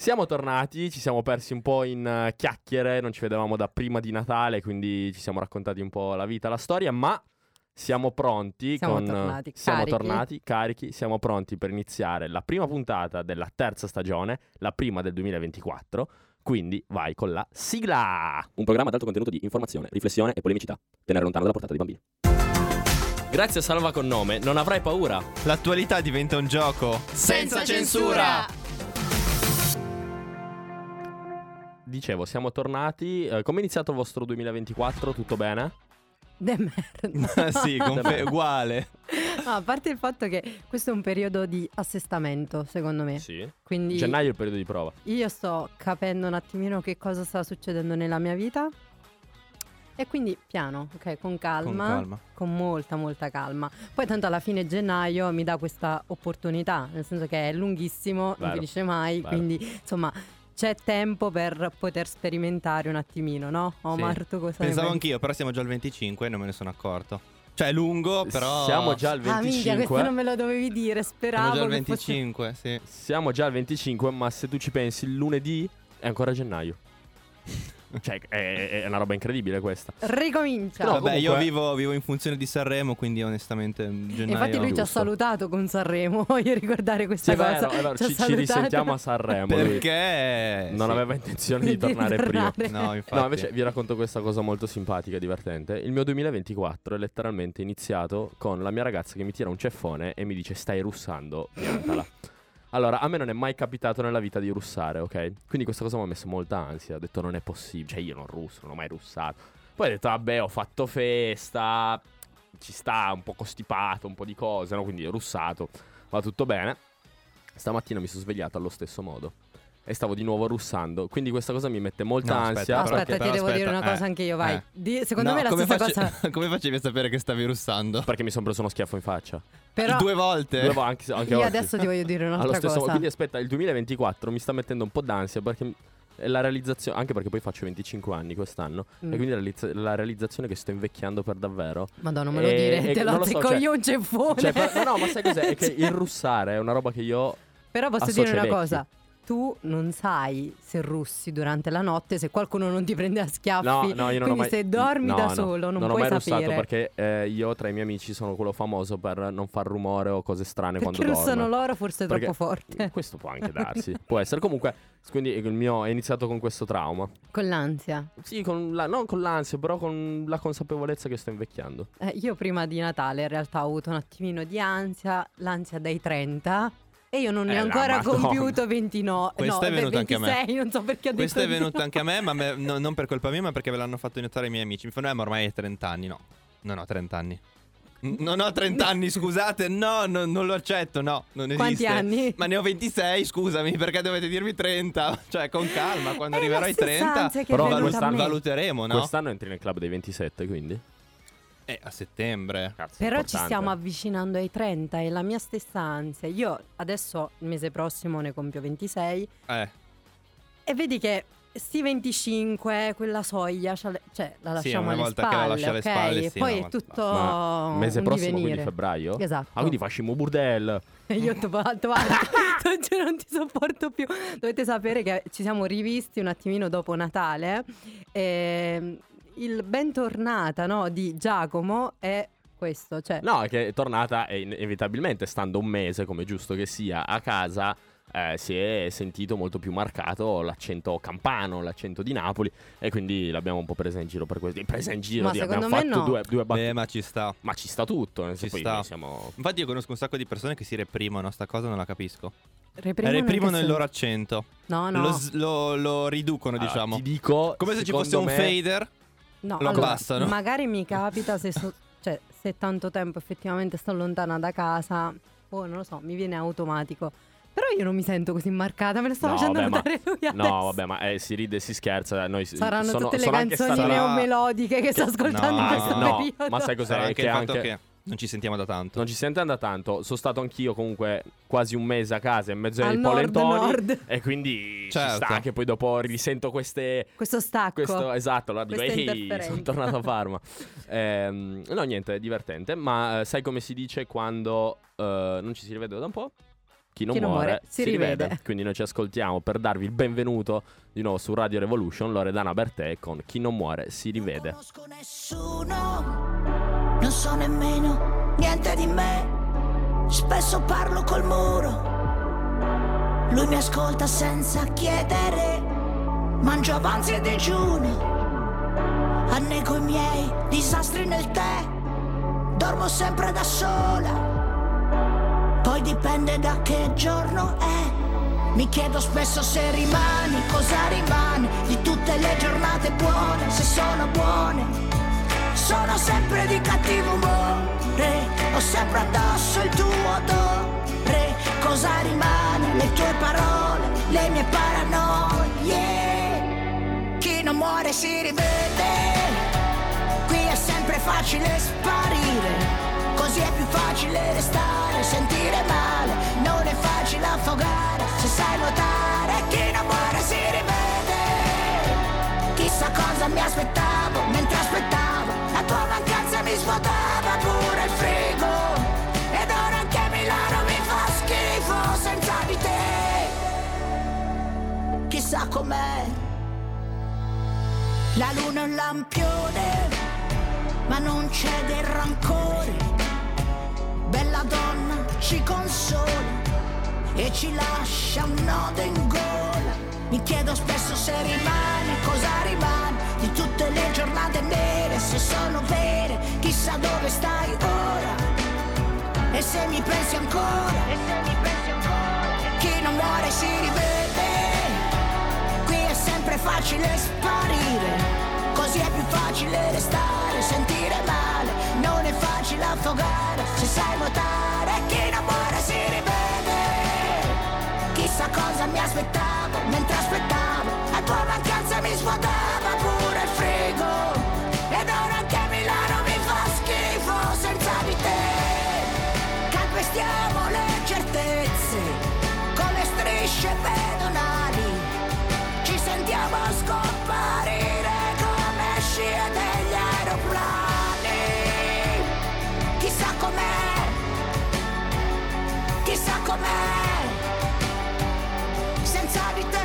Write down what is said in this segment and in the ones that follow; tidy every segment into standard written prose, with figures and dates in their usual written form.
Siamo tornati, ci siamo persi un po' in chiacchiere, non ci vedevamo da prima di Natale, quindi ci siamo raccontati un po' la vita, la storia, ma siamo pronti, siamo tornati carichi, siamo pronti per iniziare la prima puntata della terza stagione, la prima del 2024, quindi vai con la sigla! Un programma ad alto contenuto di informazione, riflessione e polemicità, tenere lontano dalla portata dei bambini. Grazie a Salva con nome, non avrai paura. L'attualità diventa un gioco senza censura! Dicevo, siamo tornati. Come è iniziato il vostro 2024? Tutto bene? De merda. Sì, uguale. No, a parte il fatto che questo è un periodo di assestamento, secondo me. Sì. Quindi Gennaio è il periodo di prova. io sto capendo un attimino che cosa sta succedendo nella mia vita. E quindi piano, ok, con calma, con molta calma. Poi tanto alla fine gennaio mi dà questa opportunità, nel senso che è lunghissimo, non finisce mai, quindi insomma c'è tempo per poter sperimentare un attimino, no? Omar, sì. Tu cosa Pensavo ne anch'io, però siamo già al 25 e non me ne sono accorto. Cioè è lungo, però siamo già al 25. minchia, questo non me lo dovevi dire, speravo. Siamo già al che 25, fosse... sì. Siamo già al 25, ma se tu ci pensi, il lunedì è ancora gennaio. Cioè, è una roba incredibile questa. Ricomincia. No, comunque... io vivo in funzione di Sanremo, quindi onestamente gennaio. Infatti lui ci ha salutato con Sanremo. Voglio ricordare questa cosa. È vero. Ci risentiamo a Sanremo. Perché non aveva intenzione di tornare prima. No, infatti. No, invece vi racconto questa cosa molto simpatica e divertente. Il mio 2024 è letteralmente iniziato con la mia ragazza che mi tira un ceffone e mi dice: stai russando, piantala. Allora, a me non è mai capitato nella vita di russare, ok? Quindi questa cosa mi ha messo molta ansia. Ho detto non è possibile, cioè io non russo, non ho mai russato. Poi ho detto vabbè, ho fatto festa, ci sta, un po' costipato, un po' di cose, no? Quindi ho russato, va tutto bene. Stamattina mi sono svegliato allo stesso modo e stavo di nuovo russando. Quindi questa cosa mi mette molta ansia. Aspetta, ti devo dire una cosa anche io, vai. Secondo me è la stessa cosa. Come facevi a sapere che stavi russando? Perché mi sono preso uno schiaffo in faccia. Però 2 volte? Anche io oggi. adesso ti voglio dire un'altra cosa. Quindi aspetta, il 2024 mi sta mettendo un po' d'ansia perché la realizzazione, anche perché poi faccio 25 anni quest'anno, e quindi la realizzazione che sto invecchiando per davvero. Madonna, non me lo dire, te lo azzecco io un ceffone. No, ma sai cos'è? È che il russare è una roba che io però posso dire una cosa. Tu non sai se russi durante la notte, se qualcuno non ti prende a schiaffi. No, io non quindi ho mai... se dormi da solo non puoi ho mai sapere. russato perché io tra i miei amici sono quello famoso per non far rumore o cose strane perché quando dormo. russano loro forse perché troppo forte. Questo può anche darsi. Può essere. Comunque, quindi il mio è iniziato con questo trauma. Con l'ansia. Sì, non con l'ansia, però con la consapevolezza che sto invecchiando. Io prima di Natale in realtà ho avuto un attimino di ansia, l'ansia dai 30. E io non ne ho ancora compiuto 29. Questo è venuto 26, anche a me. Non so perché ho detto. Questo è venuto anche a me, ma non per colpa mia, ma perché ve l'hanno fatto notare i miei amici. Mi fanno, ma ormai hai 30 anni. No, non ho 30 anni. Non ho 30 anni, scusate. No, non lo accetto, no. Non esiste. Quanti anni? Ma ne ho 26, scusami, perché dovete dirmi 30? Cioè, con calma, quando arriverò ai 30, però valuteremo, no? Quest'anno entri nel club dei 27, quindi. A settembre. Cazzo, però ci stiamo avvicinando ai 30 e la mia stessa ansia. Io adesso il mese prossimo ne compio 26. E vedi che sti 25, quella soglia, cioè la lasciamo alle spalle. Che la lascia alle spalle, sì, poi è tutto ma mese un prossimo, divenire. quindi febbraio? Esatto. Quindi facciamo burdel. Io non ti sopporto più. Dovete sapere che ci siamo rivisti un attimino dopo Natale. Il bentornata, no, di Giacomo è questo, cioè... No, è che è tornata e inevitabilmente, stando un mese, come giusto che sia, a casa, si è sentito molto più marcato l'accento campano, l'accento di Napoli, e quindi l'abbiamo un po' presa in giro per questo. Presa in giro, abbiamo fatto no. due battute. Ma ci sta. Ma ci sta tutto, ci poi sta. Siamo... Infatti io conosco un sacco di persone che si reprimono, sta cosa non la capisco. Reprimono il loro accento. No. Lo riducono, diciamo. Ti dico, come se ci fosse un fader. No, lo abbassano. Magari mi capita se tanto tempo effettivamente sto lontana da casa, non lo so, mi viene automatico. Però io non mi sento così marcata, me lo sto facendo notare lui adesso. No, vabbè, ma si ride e si scherza. Saranno tutte le canzoni neomelodiche che sto ascoltando in questo periodo. Ma sai cos'è? Anche il fatto che non ci sentiamo da tanto. Non ci sentiamo da tanto. Sono stato anch'io comunque quasi un mese a casa in mezzo ai polentoni. E quindi ci sta che poi dopo risento questo stacco. Esatto, allora dico ehi, sono tornato a Parma. No, niente, è divertente. Ma sai come si dice quando non ci si rivede da un po'? Chi non muore si rivede. Quindi noi ci ascoltiamo per darvi il benvenuto di nuovo su Radio Revolution, Loredana Bertè con Chi non muore si rivede. Non conosco nessuno, non so nemmeno niente di me. Spesso parlo col muro, lui mi ascolta senza chiedere. Mangio avanzi e digiuno, annego i miei disastri nel tè. Dormo sempre da sola, poi dipende da che giorno è. Mi chiedo spesso se rimani, cosa rimane di tutte le giornate buone, se sono buone. Sono sempre di cattivo umore, ho sempre addosso il tuo odore. Cosa rimane? Le tue parole, le mie paranoie. Chi non muore si rivede, qui è sempre facile sparire. Così è più facile restare, sentire male, non è facile affogare, se sai nuotare. Chi non muore si rivede, chissà cosa mi aspettavo, mentre aspettavo, la tua mancanza mi svuotava pure il frigo, ed ora anche Milano mi fa schifo senza di te. Chissà com'è, la luna è un lampione, ma non c'è del rancore. Bella donna ci consola e ci lascia un nodo in gola. Mi chiedo spesso se rimane, cosa rimane di tutte le giornate nere, se sono vere, chissà dove stai ora. E se mi pensi ancora, chi non muore si rivede, qui è sempre facile sparire. Così è più facile restare, sentire male, non è facile affogare, se sai nuotare. Chi non muore si rivede, chissà cosa mi aspettavo, mentre aspettavo, la tua mancanza mi svuotava pure il frigo, ed ora anche Milano mi fa schifo senza di te. Calpestiamo le certezze, con le strisce pedonali, ci sentiamo scomparire scie degli aeroplani. Chissà com'è, chissà com'è, senza di te.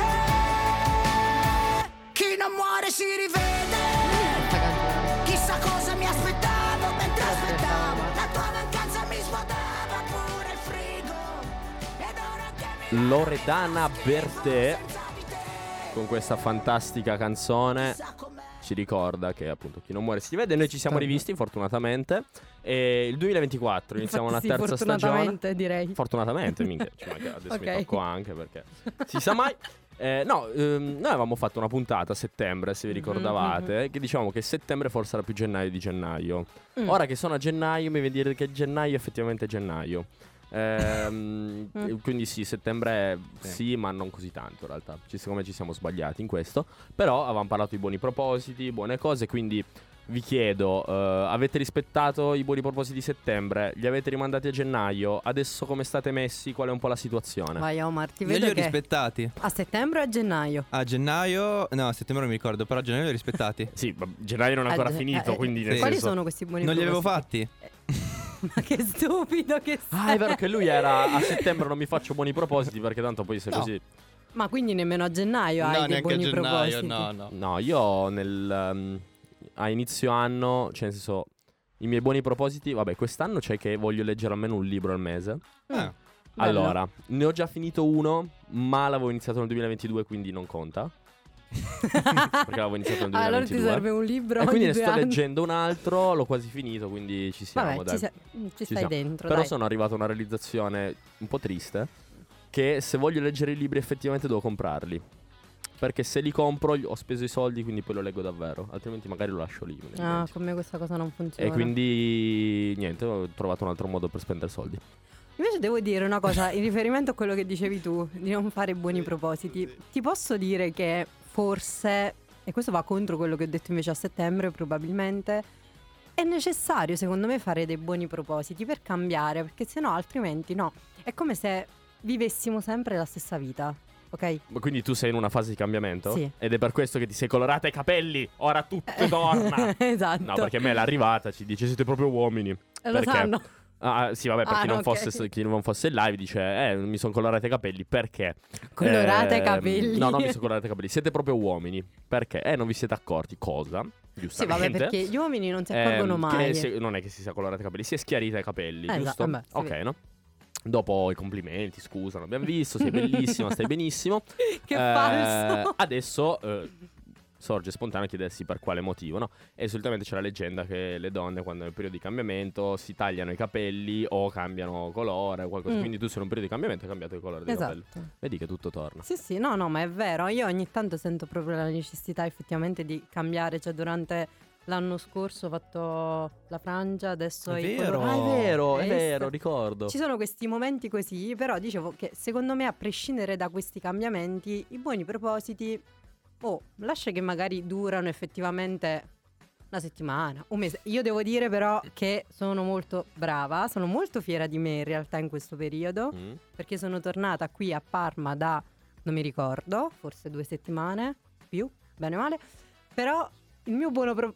Chi non muore si rivede, chissà cosa mi aspettavo, mentre aspettavo, la tua mancanza mi svuotava pure il frigo, ed ora che mi Loredana Bertè con questa fantastica canzone ci ricorda che appunto Chi non muore si rivede. Noi ci siamo rivisti fortunatamente e il 2024 iniziamo una terza fortunatamente, stagione. Direi fortunatamente minchia, adesso okay. Mi tocco anche perché si sa mai. Noi avevamo fatto una puntata a settembre, se vi ricordavate, che diciamo che settembre forse era più gennaio di gennaio. Ora che sono a gennaio mi viene a dire che gennaio effettivamente è gennaio. Quindi sì, settembre sì, ma non così tanto in realtà. Siccome ci siamo sbagliati in questo, però avevamo parlato di buoni propositi, buone cose. Quindi vi chiedo, avete rispettato i buoni propositi di settembre? Li avete rimandati a gennaio? Adesso come state messi? Qual è un po' la situazione? Vai Omar, ti Io vedo li ho che rispettati. a settembre o a gennaio? A gennaio, no, a settembre non mi ricordo, però a gennaio li ho rispettati. Sì, ma gennaio non è ancora finito, quindi nel quali senso... sono questi buoni Non li avevo propositi? fatti? Ma che stupido che sei. Ah, è vero che lui era a settembre non mi faccio buoni propositi perché tanto poi se così... Ma quindi nemmeno a gennaio No, hai dei neanche a buoni gennaio, propositi? no. No, io a inizio anno, cioè nel senso, i miei buoni propositi, vabbè, quest'anno c'è che voglio leggere almeno un libro al mese. Allora, ne ho già finito uno, ma l'avevo iniziato nel 2022, quindi non conta. Perché l'avevo iniziato nel 2022. Allora ti serve un libro e quindi ogni ne 2 sto anni. leggendo un altro, l'ho quasi finito, quindi ci siamo. Vabbè, dai. ci stai siamo. dentro. Però dai. sono arrivato a una realizzazione un po' triste, che se voglio leggere i libri effettivamente devo comprarli. Perché se li compro ho speso i soldi, quindi poi lo leggo davvero. Altrimenti magari lo lascio lì. Con me questa cosa non funziona. E quindi niente, ho trovato un altro modo per spendere soldi. Invece devo dire una cosa in riferimento a quello che dicevi tu, di non fare buoni propositi. Ti posso dire che forse, e questo va contro quello che ho detto invece a settembre probabilmente, è necessario secondo me fare dei buoni propositi per cambiare, perché sennò altrimenti no. È come se vivessimo sempre la stessa vita. Ok. Quindi tu sei in una fase di cambiamento? Sì. Ed è per questo che ti sei colorata i capelli. Ora tutto torna. Esatto. No, perché a me l'arrivata ci dice siete proprio uomini. Lo perché sanno. Sì, vabbè, per chi non fosse in live dice mi sono colorati i capelli. Perché? Colorate i capelli? No, non mi sono colorati i capelli. Siete proprio uomini. Perché? Non vi siete accorti. Cosa? Giustamente. Sì, vabbè, perché gli uomini non si accorgono mai. Non è che si sia colorati i capelli, si è schiarita i capelli, giusto? Vabbè, ok, no? Dopo i complimenti, scusa, non abbiamo visto, sei bellissima, stai benissimo. Che falso. Adesso sorge spontaneo chiedersi per quale motivo, no? E solitamente c'è la leggenda che le donne, quando nel periodo di cambiamento, si tagliano i capelli o cambiano colore o qualcosa. Quindi tu sei in un periodo di cambiamento e hai cambiato il colore dei capelli. Vedi che tutto torna. Sì, no, ma è vero. Io ogni tanto sento proprio la necessità effettivamente di cambiare. Cioè, durante l'anno scorso ho fatto la frangia, adesso è vero, ricordo. Ci sono questi momenti così, però dicevo che secondo me, a prescindere da questi cambiamenti, i buoni propositi lascia che magari durano effettivamente una settimana, un mese. Io devo dire però che sono molto brava, sono molto fiera di me in realtà in questo periodo, perché sono tornata qui a Parma da, non mi ricordo, forse 2 settimane, più, bene o male, però il mio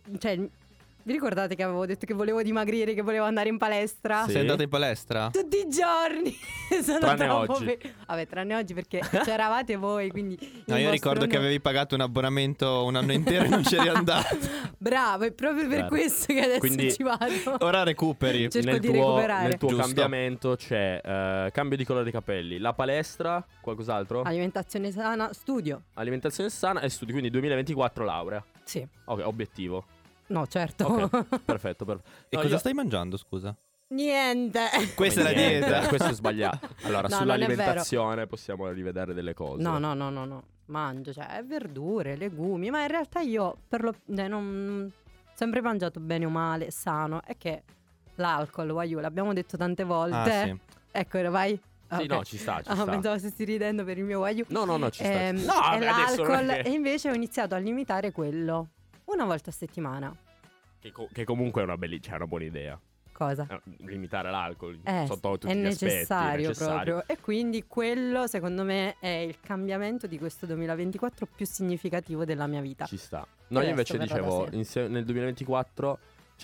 vi ricordate che avevo detto che volevo dimagrire, che volevo andare in palestra? Sì. Sei andata in palestra? Tutti i giorni. Sono tranne troppo oggi. Vabbè, tranne oggi perché c'eravate voi, quindi no, io ricordo che avevi pagato un abbonamento un anno intero e non c'eri andato. Bravo, è proprio per questo che adesso quindi ci vado. Ora recuperi. Cerco di recuperare. Nel tuo Giusto. cambiamento c'è cambio di colore dei capelli, la palestra, qualcos'altro? Alimentazione sana, studio. Alimentazione sana e studi, quindi 2024 laurea. Sì. Ok, obiettivo. No, certo. Ok, perfetto. E cosa stai mangiando, scusa? Niente. Questa è la dieta. Questo è sbagliato. Allora, No, sull'alimentazione possiamo rivedere delle cose. No. Mangio, verdure, legumi, ma in realtà io non sempre mangiato bene o male, sano. È che l'alcol, l'abbiamo detto tante volte. Sì. Ecco, vai. Sì, Okay. no, ci sta. Pensavo stessi ridendo per il mio waiu. No, ci sta. E l'alcol. E invece ho iniziato a limitare quello una volta a settimana. Che comunque è una buona idea. Cosa? Limitare l'alcol sotto tutti è gli necessario aspetti. Proprio. E quindi quello secondo me è il cambiamento di questo 2024 più significativo della mia vita. Ci sta. No, io invece dicevo nel 2024,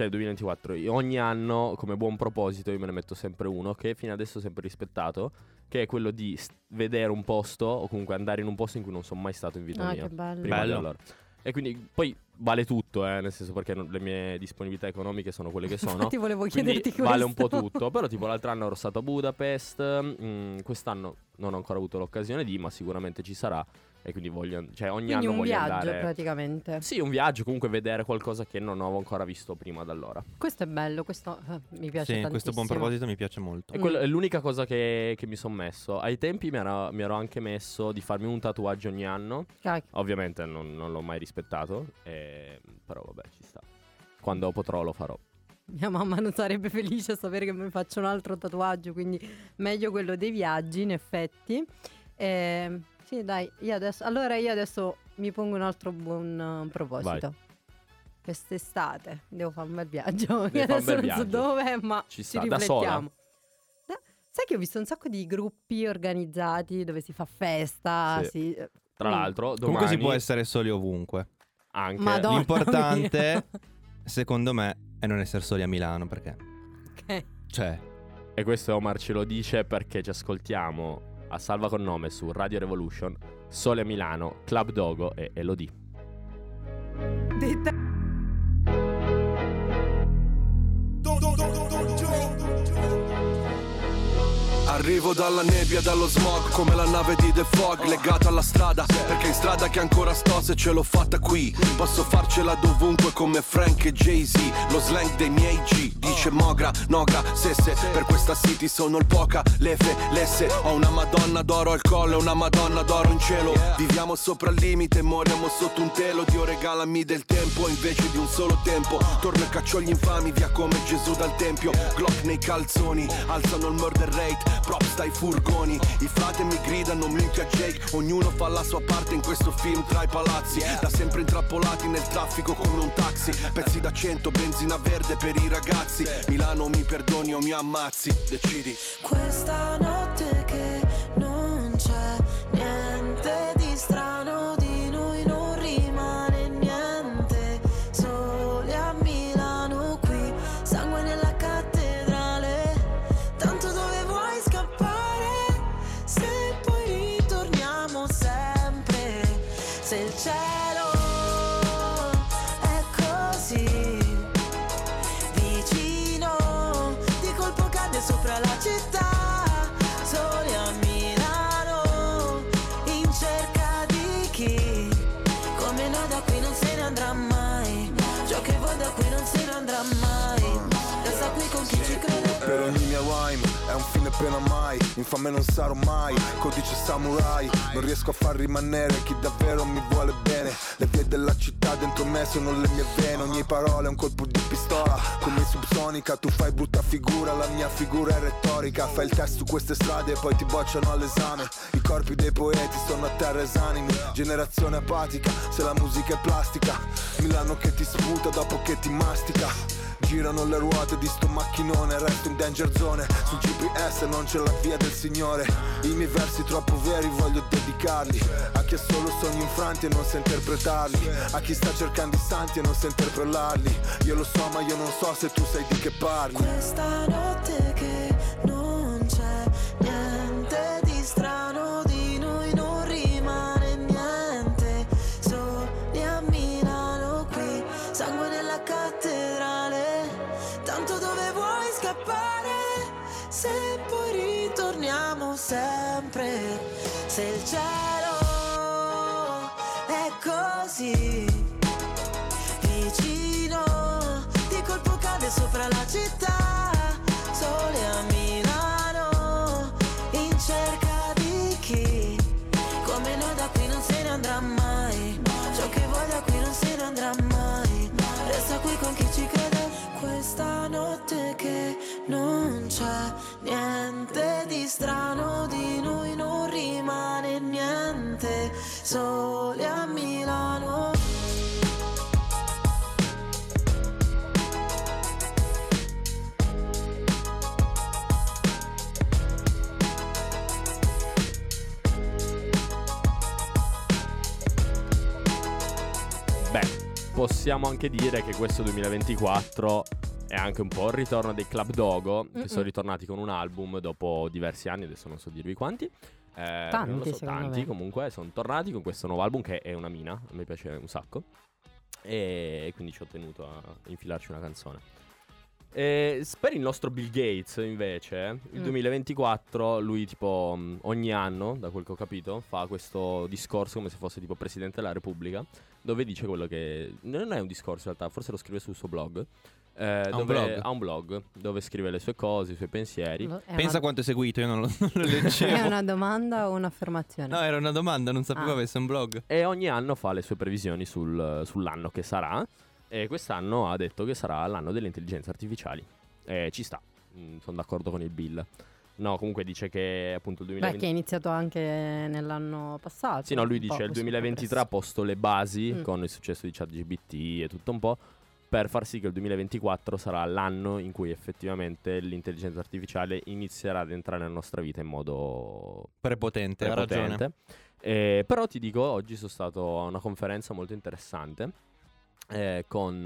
ogni anno come buon proposito io me ne metto sempre uno che fino adesso ho sempre rispettato, che è quello di vedere un posto o comunque andare in un posto in cui non sono mai stato in vita mia. Che bello. Prima di allora. E quindi poi vale tutto, nel senso, perché le mie disponibilità economiche sono quelle che sono. Infatti volevo chiederti questo. Vale un po' tutto. Però tipo l'altro anno ero stato a Budapest, quest'anno non ho ancora avuto l'occasione ma sicuramente ci sarà. E quindi ogni anno voglio andare. Un viaggio praticamente. Sì, un viaggio, comunque vedere qualcosa che non avevo ancora visto prima da allora. Questo è bello, questo mi piace tantissimo. Questo buon proposito mi piace molto. È l'unica cosa che mi sono messo. Ai tempi mi ero anche messo di farmi un tatuaggio ogni anno. Ovviamente non l'ho mai rispettato, però vabbè, ci sta. Quando potrò lo farò. Mia mamma non sarebbe felice a sapere che mi faccio un altro tatuaggio, quindi meglio quello dei viaggi, in effetti. Sì, dai, io adesso mi pongo un altro buon proposito. Vai. Quest'estate devo fare un bel viaggio. Adesso non so dove, ma ci riflettiamo. Sai che ho visto un sacco di gruppi organizzati dove si fa festa. Sì. Tra l'altro, domani comunque si può essere soli ovunque. Anche. Madonna l'importante, secondo me, è non essere soli a Milano, perché E questo Omar ce lo dice perché ci ascoltiamo a Salva con Nome su Radio Revolution, Sole a Milano, Club Dogo e Elodie. Arrivo dalla nebbia, dallo smog, come la nave di The Fog, legata alla strada, perché in strada che ancora sto, se ce l'ho fatta qui, posso farcela dovunque come Frank e Jay-Z, lo slang dei miei G, dice Mogra, Nogra, Sesse, per questa city sono il poca, lefe, lesse, ho una madonna d'oro al collo e una madonna d'oro in cielo, viviamo sopra il limite, moriamo sotto un telo, Dio regalami del tempo invece di un solo tempo, torno e caccio gli infami via come Gesù dal tempio, Glock nei calzoni, alzano il murder rate, props dai furgoni, i frate mi gridano minchia Jake, ognuno fa la sua parte in questo film tra i palazzi, da sempre intrappolati nel traffico come un taxi, pezzi da 100, benzina verde per i ragazzi, Milano mi perdoni o mi ammazzi, decidi. Questa notte che non c'è niente di strano, di noi non rimane niente, soli a Milano qui, sangue nella cattedrale. se il cielo è così vicino, di colpo cade sopra la città, soli a Milano, in cerca di chi come noi da qui non se ne andrà mai, ciò che vuoi da qui non se ne andrà mai, resta qui con chi ci crede. Per ogni mia rhyme è un fine pena mai, infame non sarò mai, codice samurai, non riesco a far rimanere chi davvero mi vuole bene, le vie della città dentro me sono le mie vene, ogni parola è un colpo di pistola, come subsonica, tu fai brutta figura, la mia figura è retorica, fai il test su queste strade e poi ti bocciano all'esame, i corpi dei poeti sono a terra esanimi, generazione apatica, se la musica è plastica, Milano che ti sputa dopo che ti mastica. Girano le ruote di sto macchinone, resto in danger zone, sul GPS non c'è la via del Signore, i miei versi troppo veri voglio dedicarli, a chi ha solo sogni infranti e non sa interpretarli, a chi sta cercando i santi e non sa interpellarli, io lo so ma io non so se tu sai di che parli. Questa notte che non c'è niente di strano, di noi non rimane niente, soli a Milano qui, sangue nella cattedrale, tanto dove vuoi scappare, se poi ritorniamo sempre, se il cielo è così vicino, di colpo cade sopra la città, sole a Milano, in cerca di chi come noi da qui non se ne andrà mai, ciò che vuoi da qui non se ne andrà mai, resta qui con chi ci crede. Questa notte che non c'è niente di strano, di noi non rimane niente, soli a Milano. Possiamo anche dire che questo 2024 è anche un po' il ritorno dei Club Dogo, che sono ritornati con un album dopo diversi anni, adesso non so dirvi quanti. Tanti comunque sono tornati con questo nuovo album che è una mina, a me piace un sacco, e quindi ci ho tenuto a infilarci una canzone. Per il nostro Bill Gates invece il 2024 lui tipo ogni anno, da quel che ho capito, fa questo discorso come se fosse tipo Presidente della Repubblica, dove dice quello che non è un discorso in realtà, forse lo scrive sul suo blog. Ha un blog dove scrive le sue cose, i suoi pensieri. Pensa quanto è seguito, io non lo leggevo. È una domanda o un'affermazione? No, era una domanda, non sapevo avesse un blog. E ogni anno fa le sue previsioni sull'anno che sarà. E quest'anno ha detto che sarà l'anno delle intelligenze artificiali. Ci sta, sono d'accordo con il Bill. No, comunque dice che appunto il 2020... Beh, che è iniziato anche nell'anno passato. Sì, no, lui dice il 2023 ha posto le basi con il successo di ChatGPT e tutto un po', per far sì che il 2024 sarà l'anno in cui effettivamente l'intelligenza artificiale inizierà ad entrare nella nostra vita in modo prepotente. Ha ragione. Però ti dico, oggi sono stato a una conferenza molto interessante con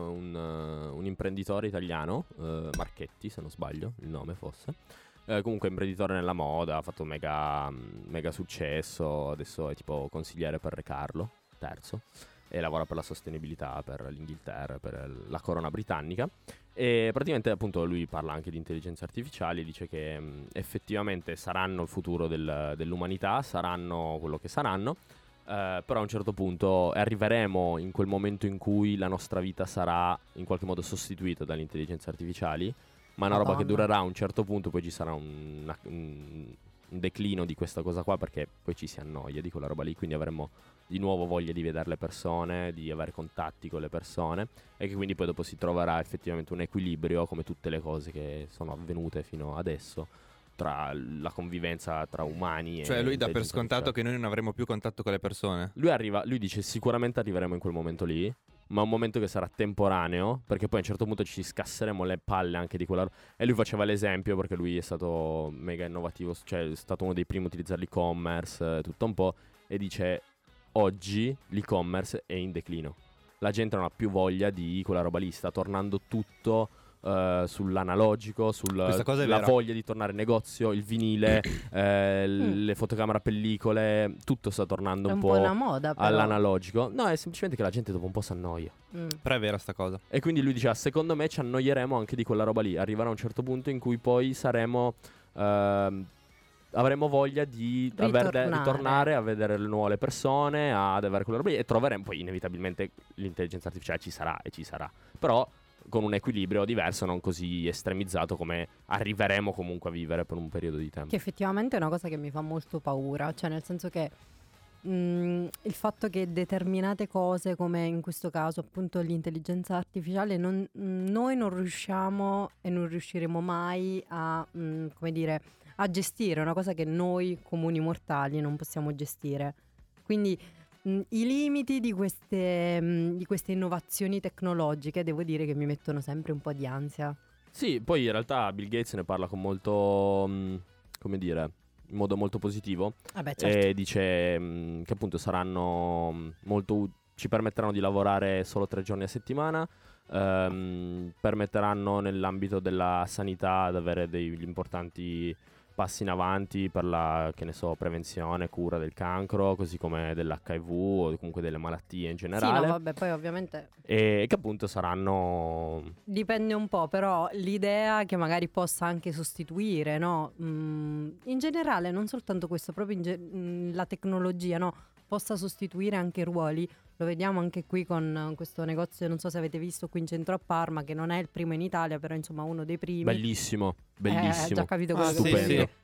un imprenditore italiano, Marchetti se non sbaglio il nome fosse, comunque imprenditore nella moda, ha fatto mega successo, adesso è tipo consigliere per Re Carlo III e lavora per la sostenibilità per l'Inghilterra, per la corona britannica, e praticamente appunto lui parla anche di intelligenze artificiali, dice che effettivamente saranno il futuro dell'umanità, saranno quello che saranno. Però a un certo punto arriveremo in quel momento in cui la nostra vita sarà in qualche modo sostituita dalle intelligenze artificiali, ma è una roba che durerà a un certo punto, poi ci sarà un declino di questa cosa qua, perché poi ci si annoia di quella roba lì, quindi avremo di nuovo voglia di vedere le persone, di avere contatti con le persone, e che quindi poi dopo si troverà effettivamente un equilibrio, come tutte le cose che sono avvenute fino adesso, tra la convivenza tra umani. Cioè lui dà per scontato che noi non avremo più contatto con le persone. Lui dice sicuramente arriveremo in quel momento lì, ma un momento che sarà temporaneo, perché poi a un certo punto ci scasseremo le palle anche di quella. E lui faceva l'esempio perché lui è stato mega innovativo, cioè è stato uno dei primi a utilizzare l'e-commerce, tutto un po', e dice oggi l'e-commerce è in declino, la gente non ha più voglia di quella roba lì, sta tornando tutto sull'analogico, Questa cosa è la vera. voglia di tornare in negozio, il vinile, le fotocamere a pellicole, tutto sta tornando È un un po' una moda, però. all'analogico. No, è semplicemente che la gente dopo un po' si annoia. Però è vera sta cosa. E quindi lui diceva, secondo me ci annoieremo anche di quella roba lì. Arriverà un certo punto in cui poi saremo... avremo voglia di ritornare a vedere le nuove persone, ad avere quella roba lì, e troveremo poi inevitabilmente l'intelligenza artificiale ci sarà. Però con un equilibrio diverso, non così estremizzato come arriveremo comunque a vivere per un periodo di tempo. Che effettivamente è una cosa che mi fa molto paura, cioè nel senso che il fatto che determinate cose, come in questo caso appunto l'intelligenza artificiale, noi non riusciamo e non riusciremo mai a, come dire, a gestire, una cosa che noi comuni mortali non possiamo gestire. Quindi i limiti di queste innovazioni tecnologiche, devo dire che mi mettono sempre un po' di ansia. Sì, poi in realtà Bill Gates ne parla con molto, come dire, in modo molto positivo. Certo. E dice che appunto saranno ci permetteranno di lavorare solo 3 giorni a settimana, permetteranno nell'ambito della sanità ad avere degli importanti passi in avanti per la, che ne so, prevenzione, cura del cancro, così come dell'HIV o comunque delle malattie in generale. Sì, no, vabbè, poi ovviamente E che appunto saranno... dipende un po', però l'idea che magari possa anche sostituire, no? In generale, non soltanto questo, proprio la tecnologia, no? Possa sostituire anche ruoli. Lo vediamo anche qui con questo negozio, non so se avete visto qui in centro a Parma, che non è il primo in Italia, però insomma uno dei primi. Bellissimo, bellissimo. Già capito quello che sì, vuol sì. dire.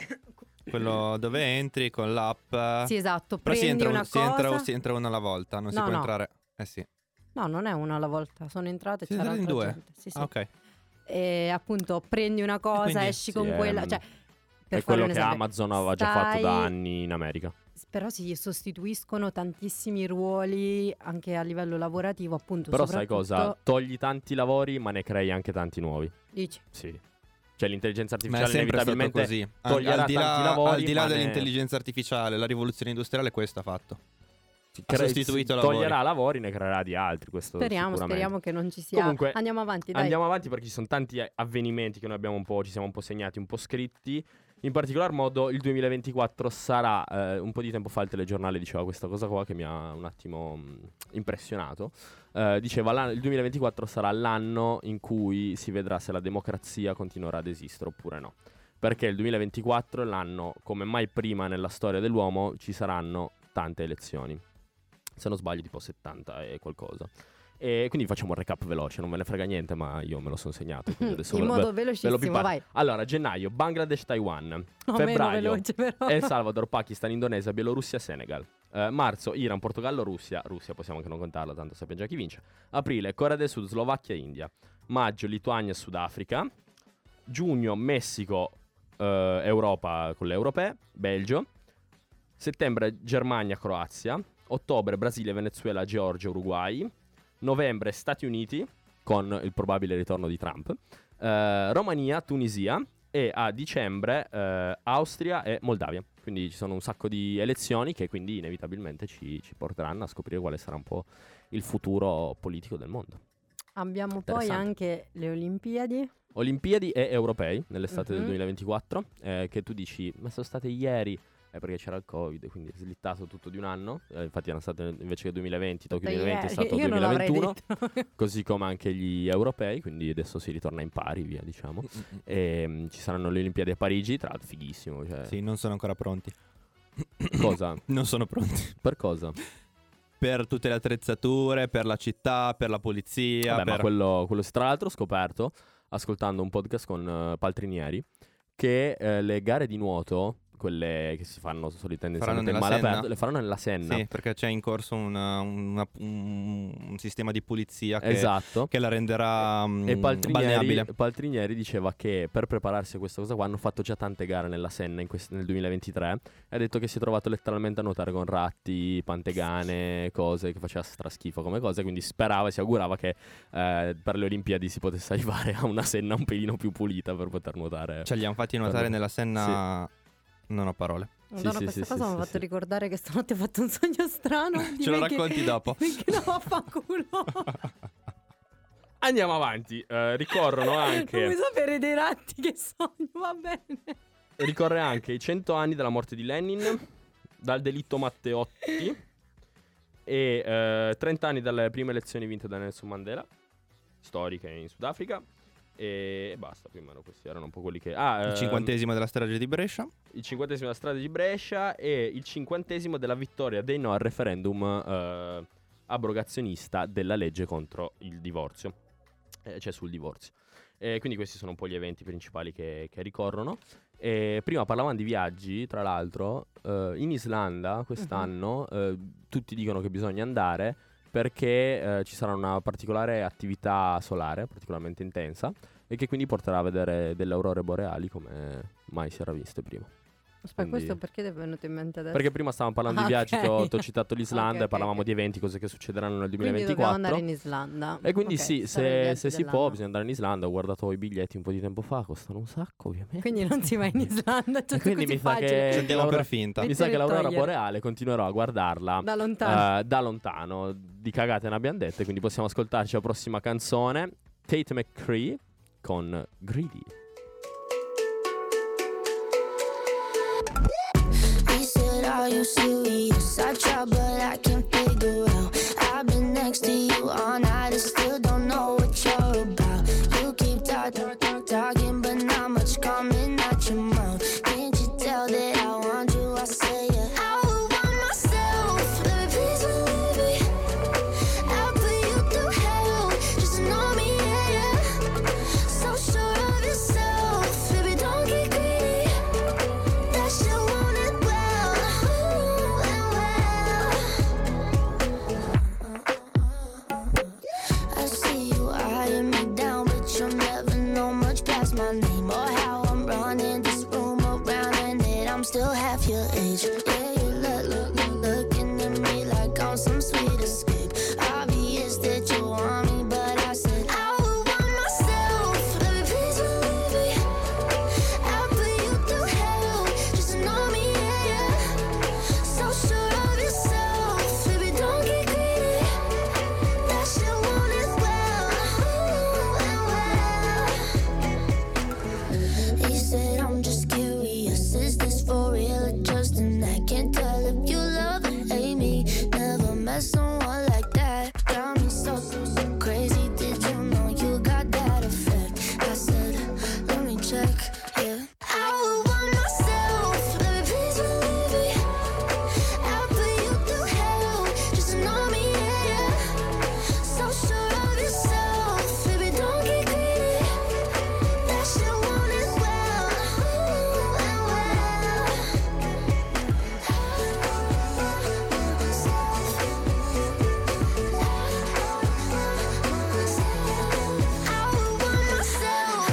Quello dove entri con l'app. Sì, esatto, Però prendi una cosa. si entra una alla volta, non si No, può no. entrare. Eh sì. No, non è una alla volta, sono entrate e Si c'era entrate in altra 2? gente. Sì, sì. Ah, ok. E appunto prendi una cosa, quindi- esci Sì, con quella, cioè per È fare quello un che esempio, Amazon aveva già fatto da stai- anni in America. Però si sostituiscono tantissimi ruoli anche a livello lavorativo, appunto. Però sai cosa? soprattutto- Togli tanti lavori ma ne crei anche tanti nuovi. Dici? Sì. Cioè l'intelligenza Ma è artificiale sempre stato inevitabilmente così. toglierà Al di tanti là, lavori, al di là ma ne- dell'intelligenza artificiale, la rivoluzione industriale questo ha fatto. crea- sostituito lavori. toglierà lavori, ne creerà di altri. Questo Speriamo sicuramente. che non ci sia. Comunque, Andiamo avanti, dai. Andiamo avanti perché ci sono tanti avvenimenti che noi abbiamo ci siamo un po' segnati, un po' scritti. In particolar modo il 2024 sarà, un po' di tempo fa il telegiornale diceva questa cosa qua che mi ha un attimo impressionato. Diceva il 2024 sarà l'anno in cui si vedrà se la democrazia continuerà ad esistere oppure no. Perché il 2024 è l'anno, come mai prima nella storia dell'uomo, ci saranno tante elezioni. Se non sbaglio tipo 70 e qualcosa. E quindi facciamo un recap veloce, non me ne frega niente, ma io me lo sono segnato. Quindi adesso In ve modo lo velocissimo, pimparo. vai. Allora, gennaio, Bangladesh-Taiwan. Meno Febbraio, veloce, però. El Salvador, Pakistan, Indonesia, Bielorussia, Senegal. Marzo, Iran, Portogallo, Russia. Russia possiamo anche non contarla, tanto sappiamo già chi vince. Aprile, Corea del Sud, Slovacchia, India. Maggio, Lituania, Sudafrica. Giugno, Messico, Europa con le europee, Belgio. Settembre, Germania, Croazia. Ottobre, Brasile, Venezuela, Georgia, Uruguay. Novembre, Stati Uniti, con il probabile ritorno di Trump. Romania, Tunisia. E a dicembre Austria e Moldavia. Quindi ci sono un sacco di elezioni che quindi inevitabilmente ci porteranno a scoprire quale sarà un po' il futuro politico del mondo. Abbiamo poi Interessante. anche le Olimpiadi. Olimpiadi e europei nell'estate del Mhm. 2024, che tu dici, ma sono state ieri, perché c'era il Covid, quindi è slittato tutto di un anno. Infatti erano state invece che 2020, Tokyo 2020 è stato Io non l'avrei 2021, detto. così come anche gli europei, quindi adesso si ritorna in pari, via diciamo. E ci saranno le Olimpiadi a Parigi, tra l'altro fighissimo. Cioè, Sì, non sono ancora pronti. Cosa? Non sono pronti. Per cosa? Per tutte le attrezzature, per la città, per la polizia. Vabbè, per... ma quello tra l'altro ho scoperto, ascoltando un podcast con Paltrinieri, che le gare di nuoto, quelle che si fanno tendenzialmente in nella mare Senna? aperto, le faranno nella Senna. Sì, perché c'è in corso un sistema di pulizia Esatto. che la renderà E balneabile. Paltrinieri diceva che per prepararsi a questa cosa qua hanno fatto già tante gare nella Senna nel 2023 e ha detto che si è trovato letteralmente a nuotare con ratti, pantegane, cose che faceva straschifo come cose, quindi sperava e si augurava che per le Olimpiadi si potesse arrivare a una Senna un pelino più pulita per poter nuotare. Cioè, li hanno fatti nuotare Per- nella Senna. Non ho parole. Madonna, sì, questa sì, cosa sì, mi ha sì, fatto sì. ricordare che stanotte ho fatto un sogno strano. Ce lo racconti dopo. Che no, vaffanculo. Andiamo avanti. Ricorrono anche. Non vuoi sapere dei ratti che sogno, va bene. Ricorre anche i 100 anni della morte di Lenin, dal delitto Matteotti, e 30 anni dalle prime elezioni vinte da Nelson Mandela, storiche in Sudafrica. E basta, più o meno questi erano un po' quelli che... il 50° della strage di Brescia. Il 50° della strage di Brescia e il 50° della vittoria dei no al referendum abrogazionista della legge contro il divorzio, cioè sul divorzio. Quindi questi sono un po' gli eventi principali che ricorrono. Prima parlavamo di viaggi, tra l'altro, in Islanda quest'anno tutti dicono che bisogna andare perché ci sarà una particolare attività solare, particolarmente intensa, e che quindi porterà a vedere delle aurore boreali come mai si era viste prima. Aspetta, questo perché ti è venuto in mente adesso? Perché prima stavamo parlando di viaggi, okay. ti ho citato l'Islanda, e parlavamo di eventi, cose che succederanno nel 2024. Quindi dobbiamo andare in Islanda. E quindi sì, se si dell'anno. può bisogna andare in Islanda. Ho guardato i biglietti un po' di tempo fa, costano un sacco ovviamente. Quindi non si va in Islanda, E quindi mi sa che Sentiamo per finta. mi sa che l'aurora togliere. boreale continuerò a guardarla Da lontano. Di cagate ne abbiamo dette, quindi possiamo ascoltarci la prossima canzone, Tate McCree con Greedy. Are you serious? I try but I can't figure out. I've been next to you all night and still don't know what you're about. You keep talking but not much coming out your mouth. Can't you tell that I want you? I say yeah. I would want myself. Let me please believe me. I'll put you through hell. Just know me, yeah. So sure of yourself. Baby, don't get greedy. That shit want it well. I see you eyeing me down, but you'll never know much past my name or how I'm running this room around, and that I'm still half your age. Yeah, you looking at me like I'm some sweet escape. Obvious that you want me, but I said I would want myself. Let me please believe me. I'll put you through hell. Just know me, yeah. So sure of yourself, baby, don't get greedy. That shit want it well. He said I'm just curious, is this for real or just an act? Can't tell if you love or hate me. Never met someone like that. Got me so crazy. Did you know you got that effect? I said, let me check, yeah. I would want myself. Let me please believe me. I'll put you through hell. Just know me, yeah. So sure of yourself, baby, don't get greedy. That shit want it well. I would want myself.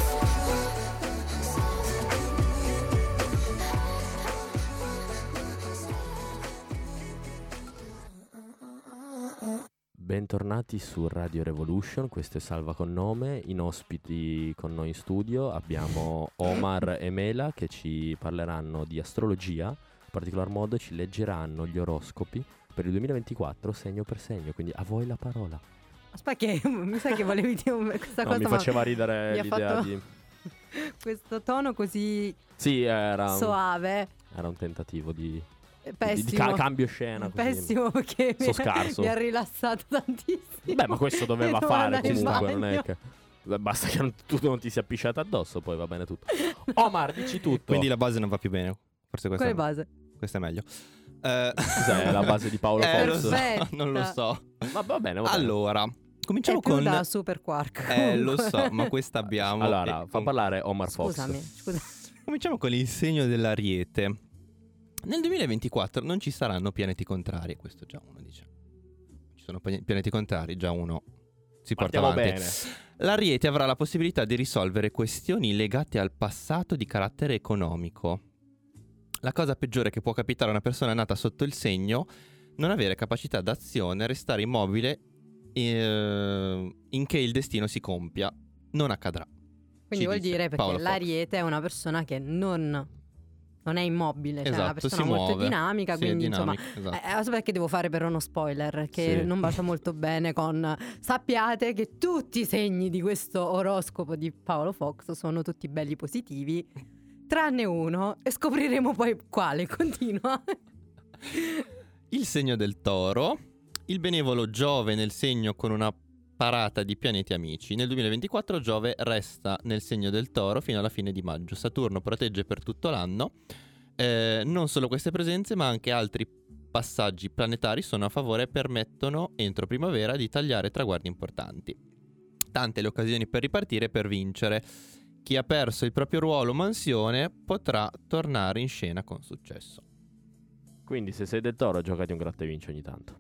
Bentornati su Radio Revolution, questo è Salva con Nome. In ospiti con noi in studio abbiamo Omar e Mela che ci parleranno di astrologia, in particolar modo ci leggeranno gli oroscopi per il 2024 segno per segno, quindi a voi la parola. Aspetta che mi sa che volevi dire questa No, cosa. mi faceva ridere mi ha l'idea fatto di... questo tono così Sì, era soave. un tentativo di Pessimo. cambio scena così. Pessimo perché So scarso. mi ha rilassato tantissimo. Beh, ma questo doveva Devo fare andare in comunque, non è bagno. che... Beh, basta che tu non ti sia pisciata addosso, poi va bene tutto. Omar, dici tutto. Quindi la base non va più bene. Forse questa, Quale base? questa è meglio. Cos'è la base di Paolo Lo Fox? so, Perfetta. non lo so. Ma va bene, va bene. Allora, cominciamo È più con... da Super Quark. lo comunque. so, ma questa abbiamo... Allora, e fa parlare Omar Fox. Scusami. Cominciamo con il segno dell'Ariete. Nel 2024 non ci saranno pianeti contrari, questo già uno dice. Ci sono pianeti contrari, già uno si porta Partiamo avanti. bene. L'Ariete avrà la possibilità di risolvere questioni legate al passato di carattere economico. La cosa peggiore che può capitare a una persona nata sotto il segno, non avere capacità d'azione, restare immobile in che il destino si compia. Non accadrà. Quindi Ci vuol dice dire perché Paolo Fox. l'Ariete è una persona che non non è immobile, cioè è una Esatto, persona si molto muove. dinamica, Sì, quindi è dinamica, insomma, esatto. so perché devo fare però uno spoiler che Sì. non bacia molto bene con sappiate che tutti i segni di questo oroscopo di Paolo Fox sono tutti belli positivi, tranne uno, e scopriremo poi quale. Continua. Il segno del Toro, il benevolo Giove nel segno con una parata di pianeti amici. Nel 2024 Giove resta nel segno del Toro fino alla fine di maggio. Saturno protegge per tutto l'anno. Non solo queste presenze, ma anche altri passaggi planetari sono a favore e permettono entro primavera di tagliare traguardi importanti. Tante le occasioni per ripartire e per vincere. Chi ha perso il proprio ruolo mansione potrà tornare in scena con successo. Quindi se sei del Toro, giocati un gratta e vinci ogni tanto.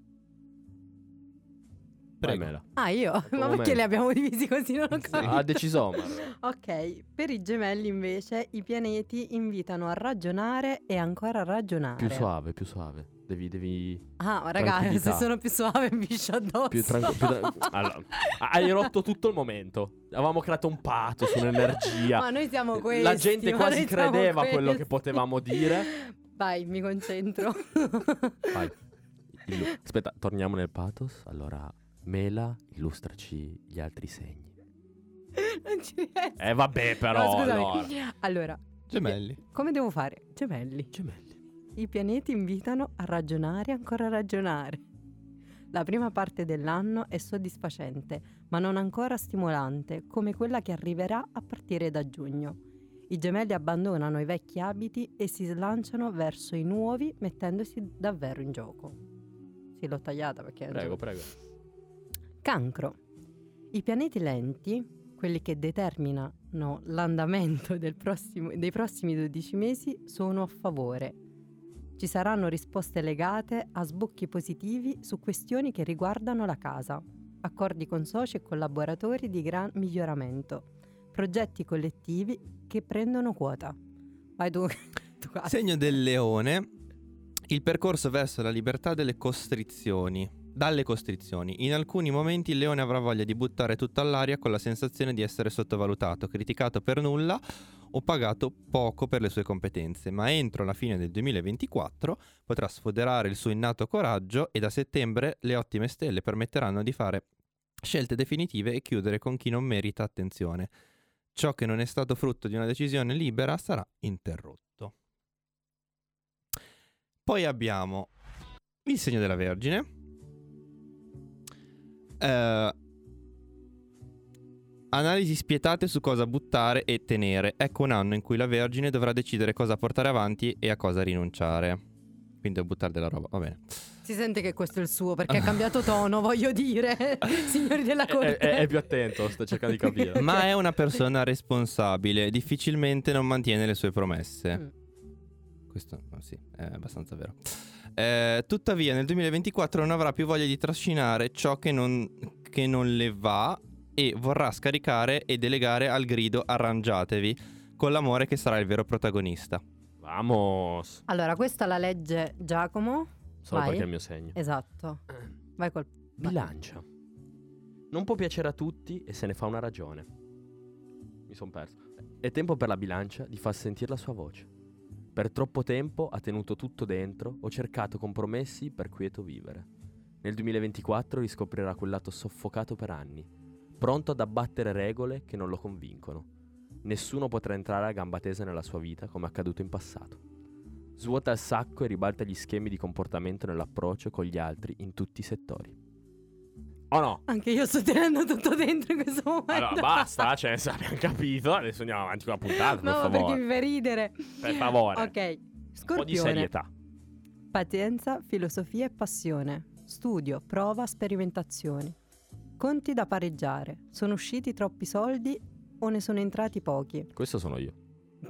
Prego. Mela. Ah, io? Ma perché momento. li abbiamo divisi così? Non ho capito. Ha deciso Omar. Ok, per i gemelli invece i pianeti invitano a ragionare e ancora a ragionare. Più suave, più suave. Devi Ah, ragazzi, tranquillità. se sono più suave mi piscio addosso. più tranquillo. Allora, hai rotto tutto il momento. Avevamo creato un pathos, un'energia. Ma noi siamo questi. La gente ma quasi noi siamo credeva a quello questi. che potevamo dire. Vai, mi concentro. Vai. Aspetta, torniamo nel pathos. Allora, Mela, illustraci gli altri segni. Non ci riesco. Vabbè, però. No, scusami. Allora. Allora, Gemelli. come devo fare? Gemelli. Gemelli. I pianeti invitano a ragionare e ancora a ragionare. La prima parte dell'anno è soddisfacente, ma non ancora stimolante, come quella che arriverà a partire da giugno. I gemelli abbandonano i vecchi abiti e si slanciano verso i nuovi, mettendosi davvero in gioco. Sì, l'ho tagliata perché è un Prego, gioco. prego. Cancro. I pianeti lenti, quelli che determinano l'andamento dei prossimi 12 mesi, sono a favore. Ci saranno risposte legate a sbocchi positivi su questioni che riguardano la casa, accordi con soci e collaboratori di gran miglioramento, progetti collettivi che prendono quota. Vai tu. Segno del Leone. Il percorso verso la libertà dalle costrizioni. In alcuni momenti il leone avrà voglia di buttare tutto all'aria con la sensazione di essere sottovalutato, criticato per nulla o pagato poco per le sue competenze, ma entro la fine del 2024 potrà sfoderare il suo innato coraggio e da settembre le ottime stelle permetteranno di fare scelte definitive e chiudere con chi non merita attenzione. Ciò che non è stato frutto di una decisione libera sarà interrotto. Poi abbiamo il segno della Vergine. Analisi spietate su cosa buttare e tenere. Ecco un anno in cui la Vergine dovrà decidere cosa portare avanti e a cosa rinunciare. Quindi a buttare della roba, va bene. Si sente che questo è il suo perché ha cambiato tono, voglio dire. Signori della corte. È più attento, sto cercando di capire. Ma è una persona responsabile, difficilmente non mantiene le sue promesse. Questo sì, è abbastanza vero. Tuttavia nel 2024 non avrà più voglia di trascinare ciò che non le va e vorrà scaricare e delegare al grido arrangiatevi, con l'amore che sarà il vero protagonista. Vamos. Allora, questa la legge Giacomo. Solo Vai. perché è il mio segno. Esatto. Vai col Bilancia. Non può piacere a tutti e se ne fa una ragione. Mi son perso. È tempo per la bilancia di far sentire la sua voce. Per troppo tempo ha tenuto tutto dentro, ho cercato compromessi per quieto vivere. Nel 2024 riscoprirà quel lato soffocato per anni, pronto ad abbattere regole che non lo convincono. Nessuno potrà entrare a gamba tesa nella sua vita come accaduto in passato. Svuota il sacco e ribalta gli schemi di comportamento nell'approccio con gli altri in tutti i settori. Oh no? Anche io sto tenendo tutto dentro in questo momento. Allora basta, cioè se abbiamo capito, adesso andiamo avanti con la puntata, No, per perché favore. mi fa ridere. Per favore. Ok, Un po' di Scorpione. serietà. Pazienza, filosofia e passione. Studio, prova, sperimentazioni. Conti da pareggiare. Sono usciti troppi soldi o ne sono entrati pochi? Questo sono io.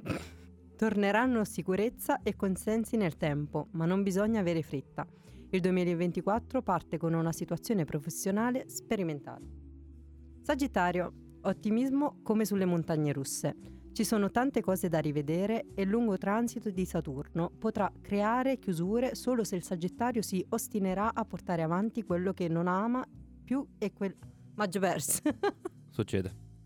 Torneranno sicurezza e consensi nel tempo, ma non bisogna avere fretta. Il 2024 parte con una situazione professionale sperimentale. Sagittario, ottimismo come sulle montagne russe. Ci sono tante cose da rivedere e il lungo transito di Saturno potrà creare chiusure solo se il Sagittario si ostinerà a portare avanti quello che non ama più e quel... Maggio verso. Succede. Ho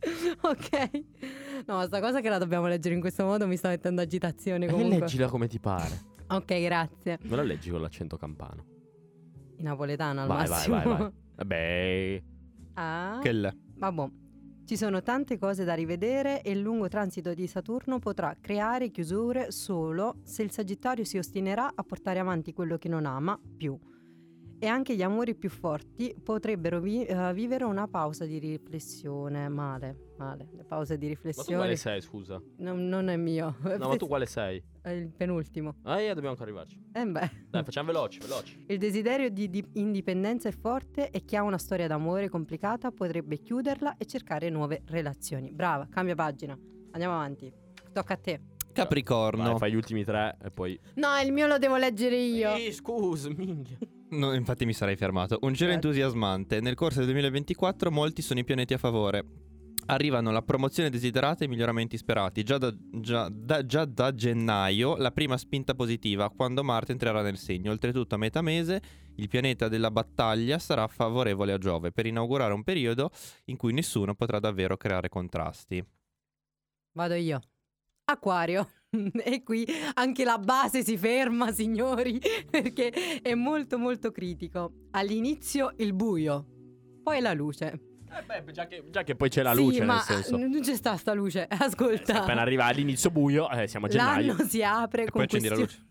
Ok. No, sta cosa che la dobbiamo leggere in questo modo mi sta mettendo agitazione comunque. Leggila come ti pare. Ok, grazie. Non la leggi con l'accento campano. In napoletano al Vai. massimo. Vabbè. Che l'è? Vabbè. Ci sono tante cose da rivedere e il lungo transito di Saturno potrà creare chiusure solo se il Sagittario si ostinerà a portare avanti quello che non ama più. E anche gli amori più forti potrebbero vivere una pausa di riflessione. Male. Le pause di riflessione. Ma tu quale sei, scusa? Non è mio. No, ma tu quale sei? Il penultimo. Dobbiamo ancora arrivarci. Dai, facciamo veloci. Il desiderio di indipendenza è forte e chi ha una storia d'amore complicata potrebbe chiuderla e cercare nuove relazioni. Brava, cambia pagina. Andiamo avanti. Tocca a te. Capricorno. Vai, fai gli ultimi 3 e poi... No, il mio lo devo leggere io. Scusa, minchia. No, infatti mi sarei fermato. Un giro entusiasmante. Nel corso del 2024 molti sono i pianeti a favore. Arrivano la promozione desiderata e i miglioramenti sperati. Già da gennaio la prima spinta positiva, quando Marte entrerà nel segno. Oltretutto a metà mese il pianeta della battaglia sarà favorevole a Giove per inaugurare un periodo in cui nessuno potrà davvero creare contrasti. Vado io. Acquario. E qui anche la base si ferma, signori, perché è molto molto critico. All'inizio il buio, poi la luce. Già che poi c'è la luce, ma nel senso. non c'è sta luce, ascolta. Appena arriva all'inizio buio, siamo a gennaio. L'anno si apre E con poi accendi la luce.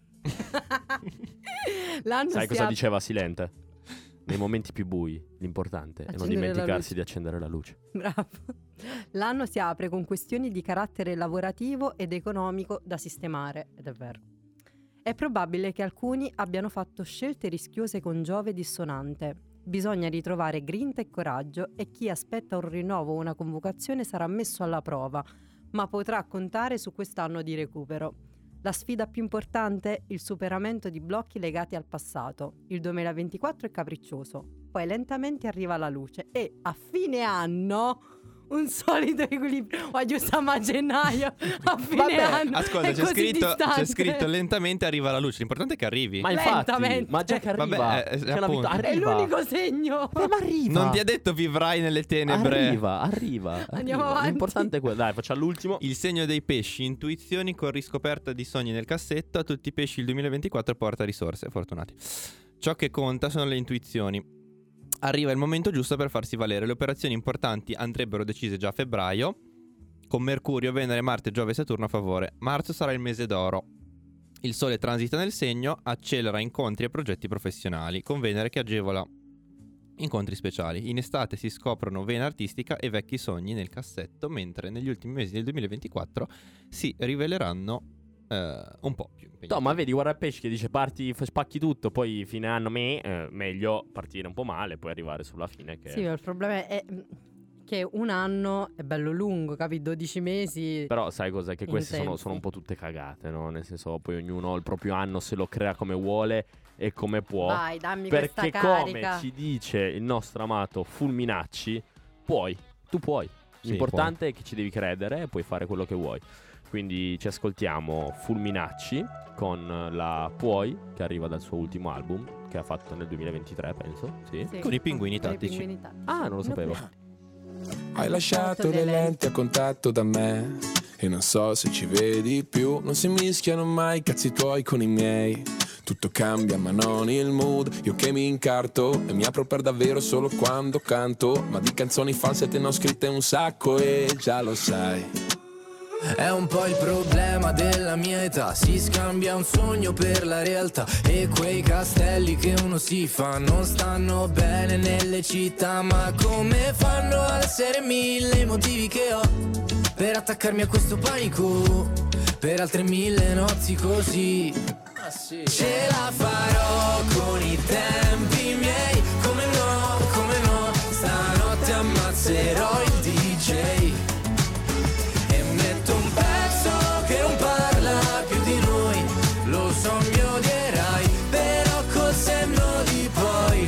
Sai cosa diceva Silente? Nei momenti più bui, l'importante è non dimenticarsi di accendere la luce. Bravo. L'anno si apre con questioni di carattere lavorativo ed economico da sistemare, ed è vero. È probabile che alcuni abbiano fatto scelte rischiose con Giove dissonante. Bisogna ritrovare grinta e coraggio e chi aspetta un rinnovo o una convocazione sarà messo alla prova, ma potrà contare su quest'anno di recupero. La sfida più importante? Il superamento di blocchi legati al passato. Il 2024 è capriccioso, poi lentamente arriva la luce e a fine anno un solido equilibrio. Oggi stiamo a gennaio, a fine anno. Ascolta, c'è scritto lentamente arriva la luce. L'importante è che arrivi. Ma infatti, ma già che arriva, Vabbè, è l'unico segno. Ma arriva. Non ti ha detto vivrai nelle tenebre. Arriva. Andiamo avanti. L'importante è quello. Dai, facciamo l'ultimo. Il segno dei pesci, intuizioni con riscoperta di sogni nel cassetto. A tutti i pesci il 2024 porta risorse, fortunati. Ciò che conta sono le intuizioni. Arriva il momento giusto per farsi valere. Le operazioni importanti andrebbero decise già a febbraio, con Mercurio, Venere, Marte, Giove e Saturno a favore. Marzo sarà il mese d'oro. Il Sole transita nel segno, accelera incontri e progetti professionali, con Venere che agevola incontri speciali. In estate si scoprono vena artistica e vecchi sogni nel cassetto, mentre negli ultimi mesi del 2024 si riveleranno un po' più impegnativi. No, ma vedi, guarda il pesce che dice parti, spacchi tutto, poi fine anno meglio partire un po' male, poi arrivare sulla fine che... Sì, il problema è che un anno è bello lungo, capi? 12 mesi. Però sai cos'è? Che queste sono intensi. un po' tutte cagate, no? Nel senso, poi ognuno il proprio anno se lo crea come vuole e come può. Vai, dammi perché questa carica. come ci dice il nostro amato Fulminacci, tu puoi. Sì, L'importante è che ci devi credere e puoi fare quello che vuoi. Quindi ci ascoltiamo Fulminacci con la Puoi, che arriva dal suo ultimo album, che ha fatto nel 2023, penso. Sì. Con i pinguini con i tattici. pinguini tattici. Ah, non lo sapevo. Hai lasciato le lenti a contatto da me e non so se ci vedi più. Non si mischiano mai i cazzi tuoi con i miei. Tutto cambia ma non il mood. Io che mi incarto e mi apro per davvero solo quando canto. Ma di canzoni false te ne ho scritte un sacco e già lo sai. È un po' il problema della mia età. Si scambia un sogno per la realtà. E quei castelli che uno si fa non stanno bene nelle città. Ma come fanno ad essere mille i motivi che ho per attaccarmi a questo panico, per altre 1000 notti così. Ce la farò con i tempi miei. Come no, stanotte ammazzerò il DJ e metto un pezzo che non parla più di noi. Lo so, mi odierai, però col senno di poi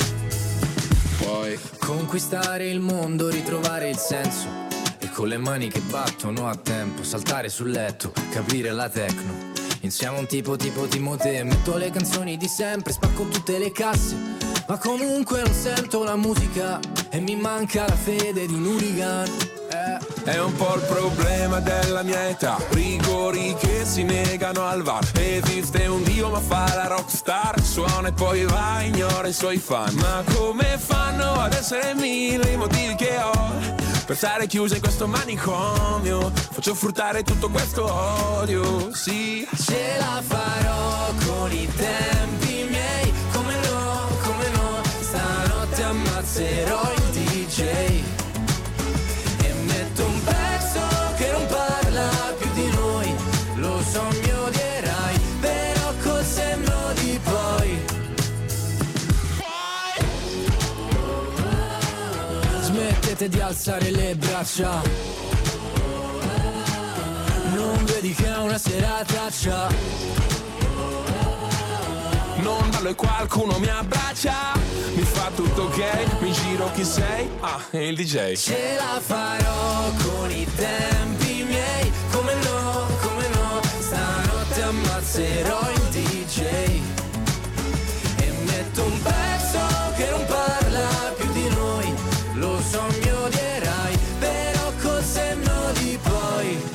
puoi conquistare il mondo, ritrovare il senso e con le mani che battono a tempo saltare sul letto, capire la techno. Insieme a un tipo Timoteo, metto le canzoni di sempre, spacco tutte le casse, ma comunque non sento la musica e mi manca la fede di un hooligan. È un po' il problema della mia età, rigori che si negano al VAR. Esiste un dio ma fa la rockstar, suona e poi va, ignora i suoi fan. Ma come fanno ad essere mille i motivi che ho per stare chiuso in questo manicomio? Faccio fruttare tutto questo odio, sì. Ce la farò con i tempi miei, come no, stanotte ammazzerò il DJ e metto un pezzo che non parla più di noi. Lo so, mi odierai, però col senno di poi. Smettete di alzare le braccia, non vedi che è una serataccia. Non ballo e qualcuno mi abbraccia, mi fa tutto ok, mi giro chi sei, è il DJ. Ce la farò con i tempi miei, come no, stanotte ammazzerò il DJ e metto un pezzo che non parla più di noi. Lo so, mi odierai, però col senno di poi.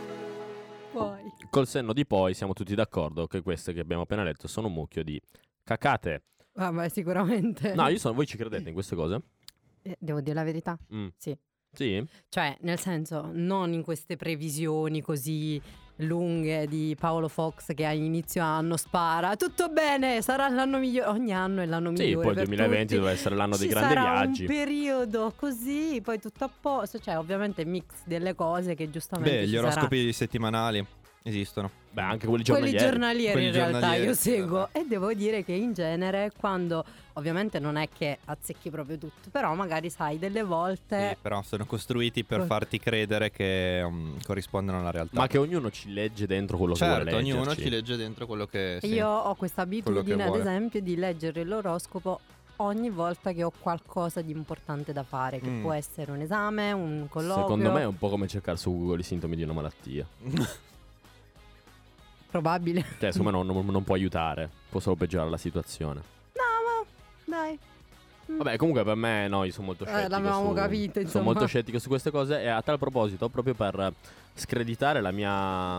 Col senno di poi siamo tutti d'accordo che queste che abbiamo appena letto sono un mucchio di cacate. Vabbè, sicuramente. No, voi ci credete in queste cose? Devo dire la verità? Sì. Sì? Cioè, nel senso, non in queste previsioni così lunghe di Paolo Fox che a inizio anno spara tutto bene, sarà l'anno migliore. Ogni anno è l'anno migliore. Sì, poi il 2020 tutti. doveva essere l'anno dei Ci grandi sarà viaggi. un periodo così, poi tutto a posto. Cioè, ovviamente mix delle cose che giustamente Beh, gli ci oroscopi settimanali esistono. Beh, anche quelli quelli giornalieri. giornalieri Quelli in realtà giornalieri, io seguo e devo dire che in genere quando ovviamente non è che azzecchi proprio tutto, però magari sai delle volte Sì, però sono costruiti per farti credere che corrispondono alla realtà. Ma che ognuno ci legge dentro quello che vuole certo, ognuno leggerci. ci legge dentro quello che sì. io ho questa Quello abitudine che ad vuole. esempio di leggere l'oroscopo ogni volta che ho qualcosa di importante da fare, che può essere un esame, un colloquio. Secondo me è un po' come cercare su Google i sintomi di una malattia. Probabile. Cioè, secondo me non può aiutare, può solo peggiorare la situazione. No, ma dai. Vabbè, comunque per me no, io sono molto scettico. L'avevamo capito, insomma. Sono molto scettico su queste cose e a tal proposito, proprio per screditare la mia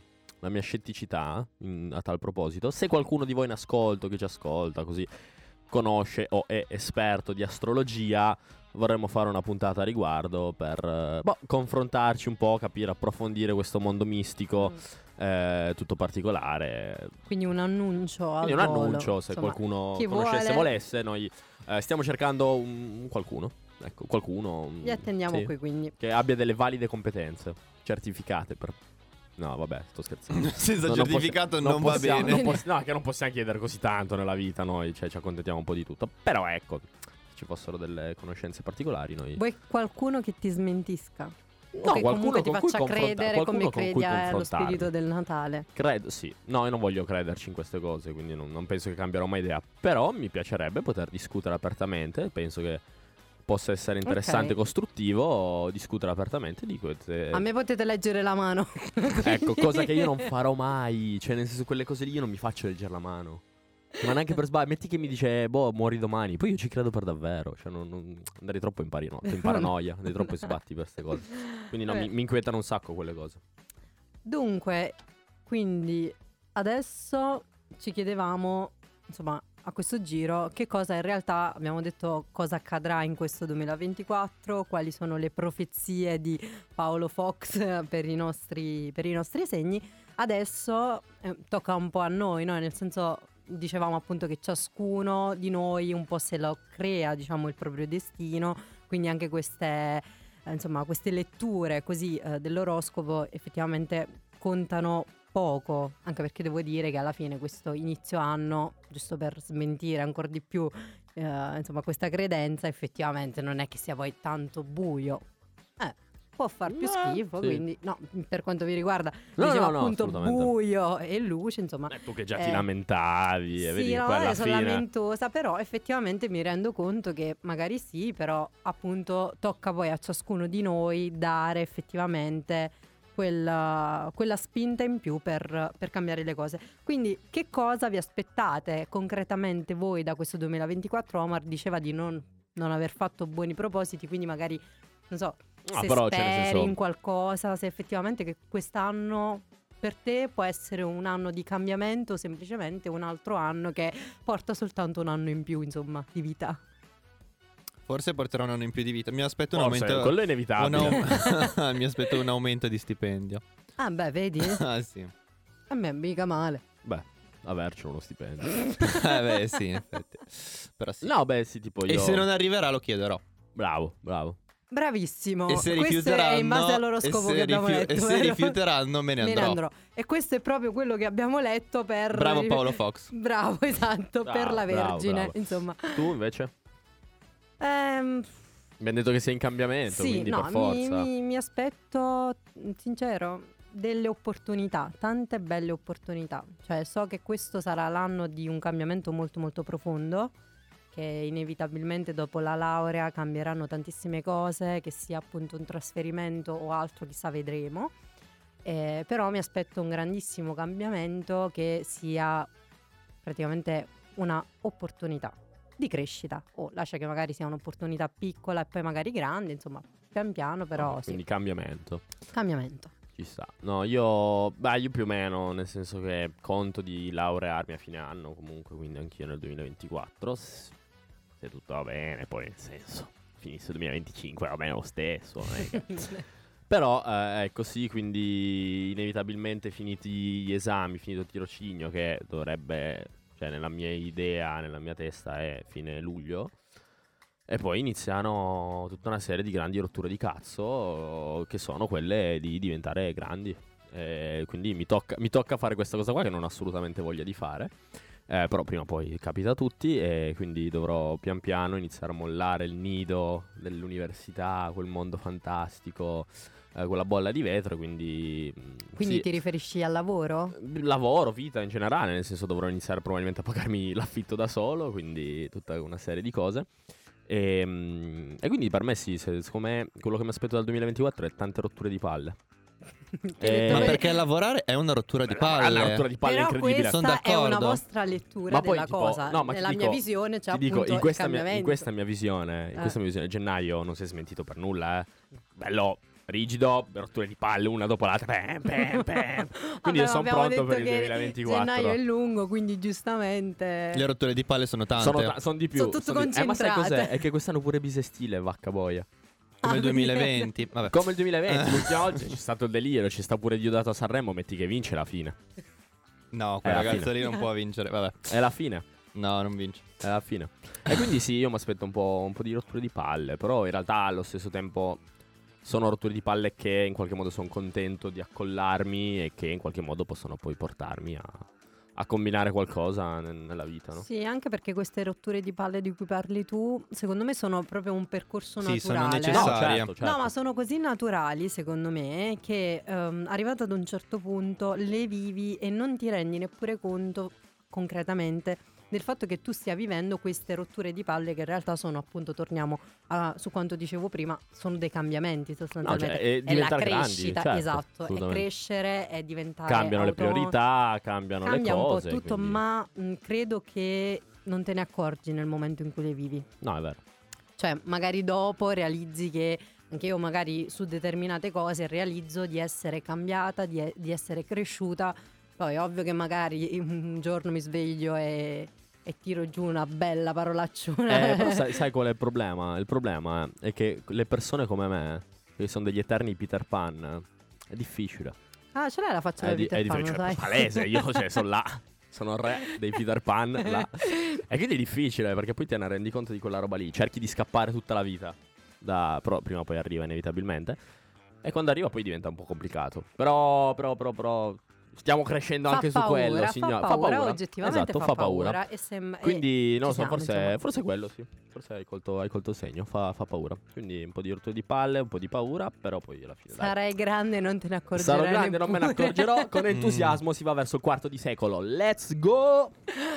scetticità, a tal proposito, se qualcuno di voi in ascolto, che ci ascolta così, conosce o è esperto di astrologia, vorremmo fare una puntata a riguardo per confrontarci un po', capire, approfondire questo mondo mistico. Tutto particolare. Quindi un annuncio al Quindi un volo. annuncio, se Insomma, qualcuno chi conoscesse, vuole, volesse, noi stiamo cercando qualcuno. Ecco, qualcuno. li attendiamo sì, qui quindi. che abbia delle valide competenze certificate per. No, vabbè, sto scherzando. Senza certificato non va possiamo- bene. no, che non possiamo chiedere così tanto nella vita noi, cioè ci accontentiamo un po' di tutto. Però ecco, se ci fossero delle conoscenze particolari noi. Vuoi qualcuno che ti smentisca? No, O che qualcuno comunque ti con cui faccia credere qualcuno come con cui credi allo confrontarmi. spirito del Natale. Credo, sì. No, io non voglio crederci in queste cose, quindi non penso che cambierò mai idea. Però mi piacerebbe poter discutere apertamente. Penso che possa essere interessante e costruttivo discutere apertamente di queste. A me potete leggere la mano. Ecco, cosa che io non farò mai. Cioè, nel senso, quelle cose lì io non mi faccio leggere la mano. Ma neanche per sbaglio. Metti che mi dice, muori domani. Poi io ci credo per davvero. Cioè, non andrei troppo in paranoia. Andrei troppo in sbatti per queste cose. Quindi no, mi inquietano un sacco quelle cose. Dunque, quindi adesso ci chiedevamo, insomma, a questo giro, che cosa in realtà abbiamo detto cosa accadrà in questo 2024, quali sono le profezie di Paolo Fox per i nostri segni. Adesso tocca un po' a noi, no? Nel senso, dicevamo appunto che ciascuno di noi un po' se lo crea, diciamo, il proprio destino, quindi anche queste letture così dell'oroscopo effettivamente contano poco, anche perché devo dire che alla fine questo inizio anno, giusto per smentire ancora di più questa credenza, effettivamente non è che sia poi tanto buio. Può far più schifo, sì. Quindi no, per quanto mi riguarda, No, dicevo no, appunto assolutamente. buio e luce, insomma. Tu che già ti lamentavi. Sì, vedi, no, poi alla io sono fine. lamentosa, però effettivamente mi rendo conto che magari sì, però appunto tocca poi a ciascuno di noi dare effettivamente quella spinta in più per cambiare le cose. Quindi che cosa vi aspettate concretamente voi da questo 2024? Omar diceva di non aver fatto buoni propositi, quindi magari, non so, se però, speri nel senso... in qualcosa, se effettivamente che quest'anno per te può essere un anno di cambiamento o semplicemente un altro anno che porta soltanto un anno in più, insomma, di vita. Forse porterà un anno in più di vita. Mi aspetto un Forse, aumento. quello è inevitabile. Mi aspetto un aumento di stipendio. Ah beh, vedi? Ah sì. A me mica male. Beh, avercelo uno stipendio. Beh sì, in effetti. Però sì. No, beh, sì, tipo io... E se non arriverà lo chiederò. Bravo. Bravissimo. E se questo rifiuteranno, è in base all'oroscopo che abbiamo letto. E se rifiuteranno me ne andrò. E questo è proprio quello che abbiamo letto per... Bravo Paolo Fox. Bravo, esatto, per la Vergine. Bravo. Insomma. Tu invece? Abbiamo detto che sei in cambiamento, sì, quindi no, per forza. mi aspetto, sincero, delle opportunità, tante belle opportunità. Cioè, so che questo sarà l'anno di un cambiamento molto molto profondo, che inevitabilmente dopo la laurea cambieranno tantissime cose, che sia appunto un trasferimento o altro, chissà, vedremo. Però mi aspetto un grandissimo cambiamento che sia praticamente una opportunità di crescita, o lascia che magari sia un'opportunità piccola e poi magari grande, insomma, pian piano, però Quindi sì. cambiamento. Cambiamento. Ci sta. No, io più o meno, nel senso che conto di laurearmi a fine anno comunque, quindi anch'io nel 2024. Se tutto va bene, poi nel senso, finisse il 2025 va bene lo stesso. Però ecco sì, quindi inevitabilmente finiti gli esami, finito il tirocinio, che dovrebbe, cioè nella mia idea, nella mia testa è fine luglio, e poi iniziano tutta una serie di grandi rotture di cazzo che sono quelle di diventare grandi. Quindi mi tocca fare questa cosa qua che non ho assolutamente voglia di fare. Però prima o poi capita a tutti, e quindi dovrò pian piano iniziare a mollare il nido dell'università, quel mondo fantastico, quella bolla di vetro. Quindi Quindi sì, ti riferisci al lavoro? lavoro, vita in generale, nel senso dovrò iniziare probabilmente a pagarmi l'affitto da solo, quindi tutta una serie di cose. E quindi per me sì, secondo me quello che mi aspetto dal 2024 è tante rotture di palle. Ma perché lavorare è una rottura di palle? È una rottura di palle Però incredibile. Sono questa è una d'accordo. vostra lettura Ma poi, della tipo, cosa. no, ma ti Nella dico- mia visione c'è ti dico, appunto in questa il mia, cambiamento. in questa mia visione, gennaio non si è smentito per nulla, Bello, rigido, rotture di palle una dopo l'altra. Quindi Vabbè, io sono abbiamo pronto detto per il che 2024. gennaio è lungo, quindi giustamente Le rotture di palle sono tante. Sono di più. Sono tutto Ma sai concentrate. cos'è? È che quest'anno pure bisestile, vacca boia. Come il 2020. Vabbè. Come il 2020, l'ultima volta c'è stato il delirio, c'è sta pure Diodato a Sanremo, metti che vince la fine. No, quel È la ragazzo fine. lì non può vincere. Vabbè. È la fine. No, non vince. È la fine. E quindi sì, io mi aspetto un po' di rotture di palle. Però in realtà allo stesso tempo sono rotture di palle che in qualche modo sono contento di accollarmi, e che in qualche modo possono poi portarmi a combinare qualcosa nella vita, no? Sì, anche perché queste rotture di palle di cui parli tu, secondo me sono proprio un percorso Sì, sono naturale. necessarie. certo. No, ma sono così naturali, secondo me, che arrivato ad un certo punto le vivi e non ti rendi neppure conto concretamente del fatto che tu stia vivendo queste rotture di palle, che in realtà sono, appunto, torniamo su quanto dicevo prima, sono dei cambiamenti sostanzialmente. è è la diventare crescita, grandi, certo, esatto, è assolutamente. crescere, è diventare Cambiano le priorità, cambiano Cambia le un cose. po' tutto, quindi- ma credo che non te ne accorgi nel momento in cui le vivi. No, è vero. Cioè, magari dopo realizzi che anche io magari su determinate cose realizzo di essere cambiata, di essere cresciuta. Poi è ovvio che magari un giorno mi sveglio e tiro giù una bella parolacciona. Però sai qual è il problema? Il problema è che le persone come me, che sono degli eterni Peter Pan, è difficile. Ah, ce l'hai la faccia da Peter Pan, difficile, sai? palese, io sono là. Sono il re dei Peter Pan là. E quindi è difficile, perché poi te ne rendi conto di quella roba lì. Cerchi di scappare tutta la vita, però prima o poi arriva inevitabilmente. E quando arriva poi diventa un po' complicato. Però stiamo crescendo anche su quello, signora. Fa paura, oggettivamente esatto, fa paura. Quindi non ci lo so, siamo, forse quello sì. Forse hai colto il segno, fa paura. Quindi un po' di rotture di palle, un po' di paura, però poi alla fine dai. Sarai grande e non te ne accorgerai. Sarò grande, non me ne neppure. accorgerò. Con entusiasmo si va verso il quarto di secolo. Let's go!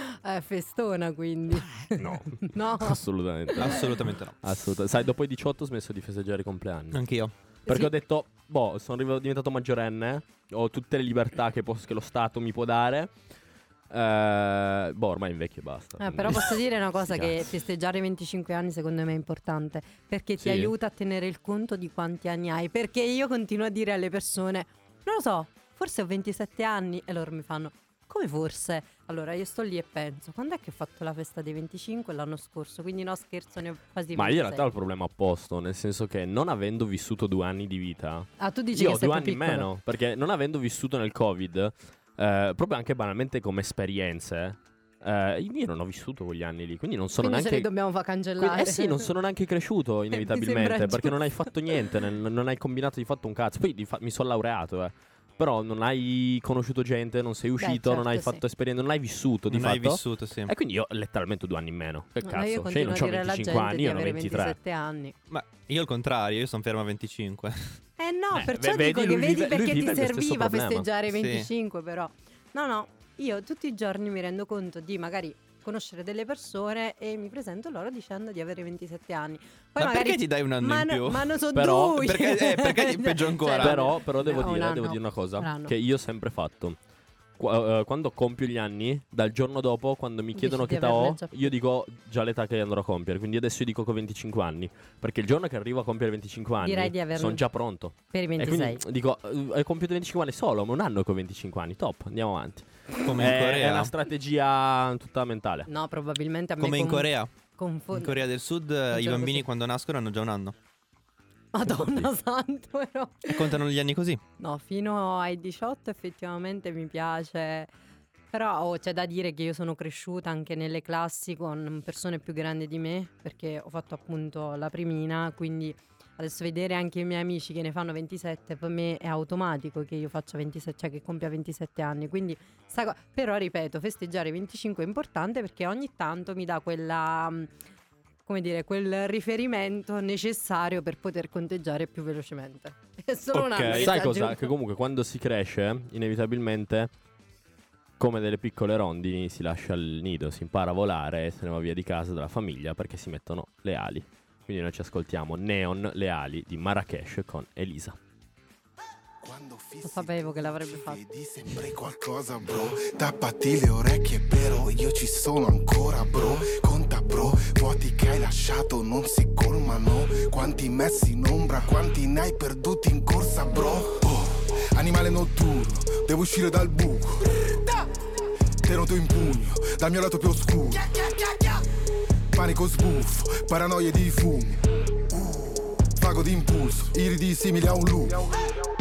Festona, quindi. No, No. assolutamente. Assolutamente no. Assolutamente. Sai, dopo i 18 ho smesso di festeggiare i compleanni. Anch'io. Perché Sì. ho detto, sono diventato maggiorenne, ho tutte le libertà che lo Stato mi può dare. Ormai invecchio e basta. Però posso dire una cosa, che festeggiare 25 anni secondo me è importante, perché ti aiuta a tenere il conto di quanti anni hai. Perché io continuo a dire alle persone, non lo so, forse ho 27 anni, e loro mi fanno, come forse? Allora io sto lì e penso, quando è che ho fatto la festa dei 25? L'anno scorso, quindi no scherzo, ne ho quasi 26. Ma io in realtà ho il problema opposto, nel senso che non avendo vissuto 2 anni di vita, tu dici io che ho 2 anni in meno, perché non avendo vissuto nel Covid, proprio anche banalmente come esperienze, io non ho vissuto quegli anni lì, quindi non sono neanche... ce li dobbiamo far cancellare. Sì, non sono neanche cresciuto inevitabilmente, perché non hai fatto niente, non hai combinato di fatto un cazzo. Poi mi sono laureato, però non hai conosciuto gente, non sei uscito, non hai fatto esperienza, non hai vissuto di fatto. Non hai vissuto, sì. E quindi io letteralmente 2 anni in meno. Che cazzo? Io Cioè, non ho 25 anni, io ho 23. 27 anni. Ma io al contrario, io sono fermo a 25. No, perciò dico che vedi perché ti serviva festeggiare 25, sì. Però. No, io tutti i giorni mi rendo conto di magari conoscere delle persone e mi presento loro dicendo di avere 27 anni. Poi ma perché ti dai un anno in più? Ma non so però, due. Perché peggio ancora? Però devo dire una cosa che io ho sempre fatto. Quando compio gli anni, dal giorno dopo, quando mi chiedono che età ho, io dico già l'età che andrò a compiere. Quindi adesso io dico che ho 25 anni. Perché il giorno che arrivo a compiere 25 anni sono già pronto. Per i 26. E quindi dico, hai compiuto 25 anni solo, ma un anno che ho 25 anni. Top, andiamo avanti. Come in Corea. È una strategia tutta mentale. No, probabilmente a me come in Corea. In Corea del Sud i bambini quando nascono hanno già un anno. Madonna santo, però. E contano gli anni così? No, fino ai 18 effettivamente mi piace. Però c'è da dire che io sono cresciuta anche nelle classi con persone più grandi di me, perché ho fatto appunto la primina, quindi adesso vedere anche i miei amici che ne fanno 27, per me è automatico che io faccia 27, cioè che compia 27 anni. Quindi però ripeto, festeggiare 25 è importante perché ogni tanto mi dà quella, come dire, quel riferimento necessario per poter conteggiare più velocemente. È solo un anno. Sai cosa? Che comunque quando si cresce, inevitabilmente, come delle piccole rondini, si lascia il nido, si impara a volare e se ne va via di casa dalla famiglia perché si mettono le ali. Quindi noi ci ascoltiamo Neon, le ali di Marrakesh con Elisa. Lo sapevo che l'avrebbe fatto. Sembri qualcosa, bro. Tappati le orecchie, però io ci sono ancora, bro. Conta, bro, vuoti che hai lasciato non si colmano. Quanti messi in ombra, quanti ne hai perduti in corsa, bro. Animale notturno, devo uscire dal buco. Te noto in pugno, dal mio lato più oscuro. Panico sbuffo, paranoie di fumo. Vago d'impulso, iridi simili a un lupo.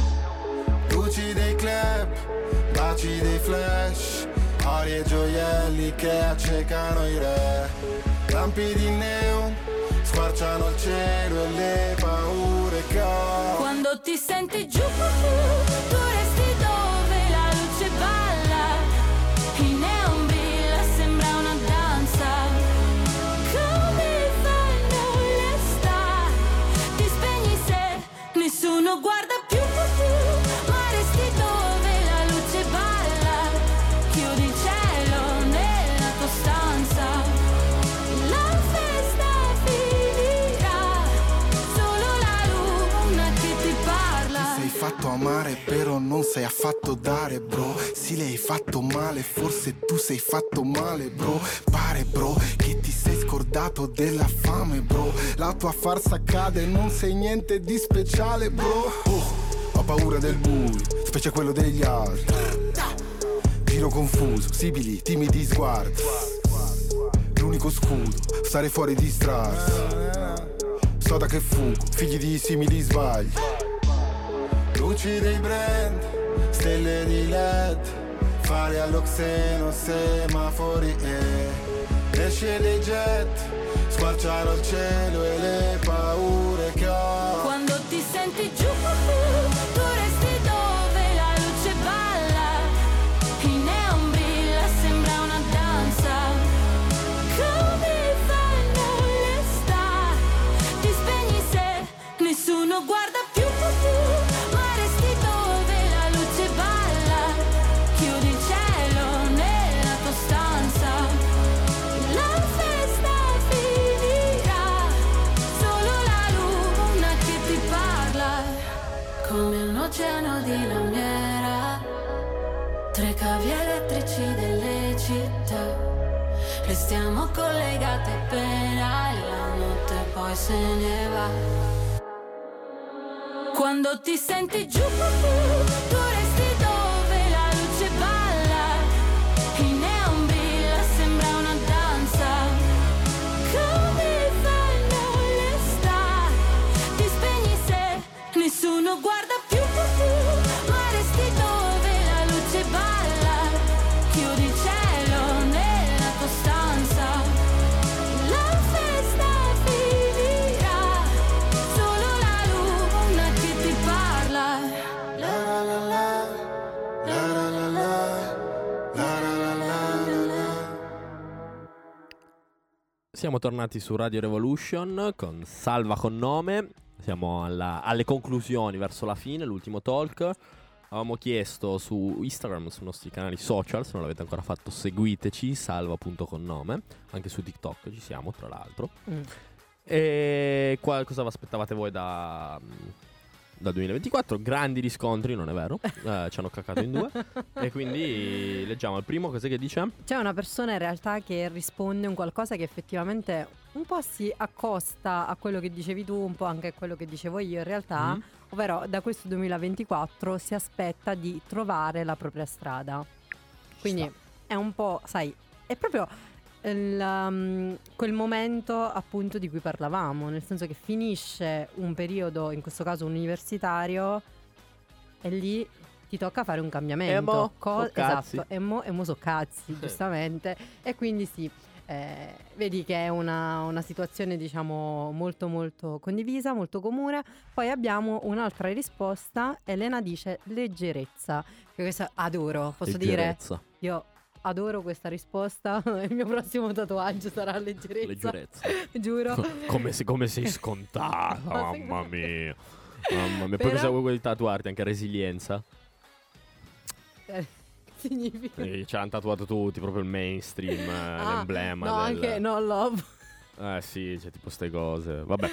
Luci dei club, baci dei flash, ori e gioielli che accecano i re. Lampi di neon, squarciano il cielo e le paure che ho. Quando ti senti giù, tu resti dove la luce balla. Il neon brilla, sembra una danza. Come fanno le star? Ti spegni se nessuno guarda più. Ma resti dove la luce balla. Chiudi il cielo nella tua stanza. La festa finirà. Solo la luna che ti parla. Ti sei fatto amare però non sei affatto dare, bro. Sì, le hai fatto male, forse tu sei fatto male, bro. Pare, bro, che ti sei scordato della fame, bro. La tua farsa cade, non sei niente di speciale, bro. Ho paura del buio, specie quello degli altri. Giro confuso, sibili, timidi sguardi. L'unico scudo, stare fuori di distrarsi. So da che fugo, figli di simili sbagli. Luci dei brand, stelle di LED, fare all'oxeno, semafori e esce dei jet, squarciano il cielo e le paure che ho. Quando ti senti giù, tu resti dove la luce balla. Il neon brilla, sembra una danza. Come fanno le star? Ti spegni se nessuno guarda più. Ma resti dove la luce balla. Chiudi il cielo nella tua stanza. La festa finirà. se ne va. Quando ti senti giù, tu resti dove la luce balla. I neon brilla, sembra una danza. Come fanno le star? Ti spegni se nessuno guarda più, ma resti dove la luce balla. Chiudi il cielo nella tua stanza. La festa finirà, solo la luna che ti parla. La la la la, la la la la, la la la la. Siamo tornati su Radio Revolution con Salva con nome. Siamo alle conclusioni, verso la fine, l'ultimo talk. Avevamo chiesto su Instagram, sui nostri canali social, se non l'avete ancora fatto seguiteci, salva.connome. Anche su TikTok ci siamo, tra l'altro. E cosa vi aspettavate voi dal 2024? Grandi riscontri, non è vero? Ci hanno caccato in due. E quindi leggiamo il primo, cos'è che dice? C'è una persona in realtà che risponde un qualcosa che effettivamente un po' si accosta a quello che dicevi tu, un po' anche a quello che dicevo io in realtà, ovvero da questo 2024 si aspetta di trovare la propria strada. Quindi è un po', sai, è proprio quel momento appunto di cui parlavamo, nel senso che finisce un periodo, in questo caso universitario, e lì ti tocca fare un cambiamento. Esatto, e mo so cazzi, giustamente. E quindi sì, vedi che è una situazione, diciamo, molto molto condivisa, molto comune. Poi abbiamo un'altra risposta. Elena dice leggerezza, che questa adoro, posso leggerezza. Dire? Io adoro questa risposta. Il mio prossimo tatuaggio sarà leggerezza. Giuro. Come sei scontata, mamma mia. Mamma mia. Poi cosa vuoi tatuarti? Anche resilienza? Significa? Ci hanno tatuato tutti, proprio il mainstream, l'emblema. Anche no love. Sì, c'è tipo ste cose. Vabbè.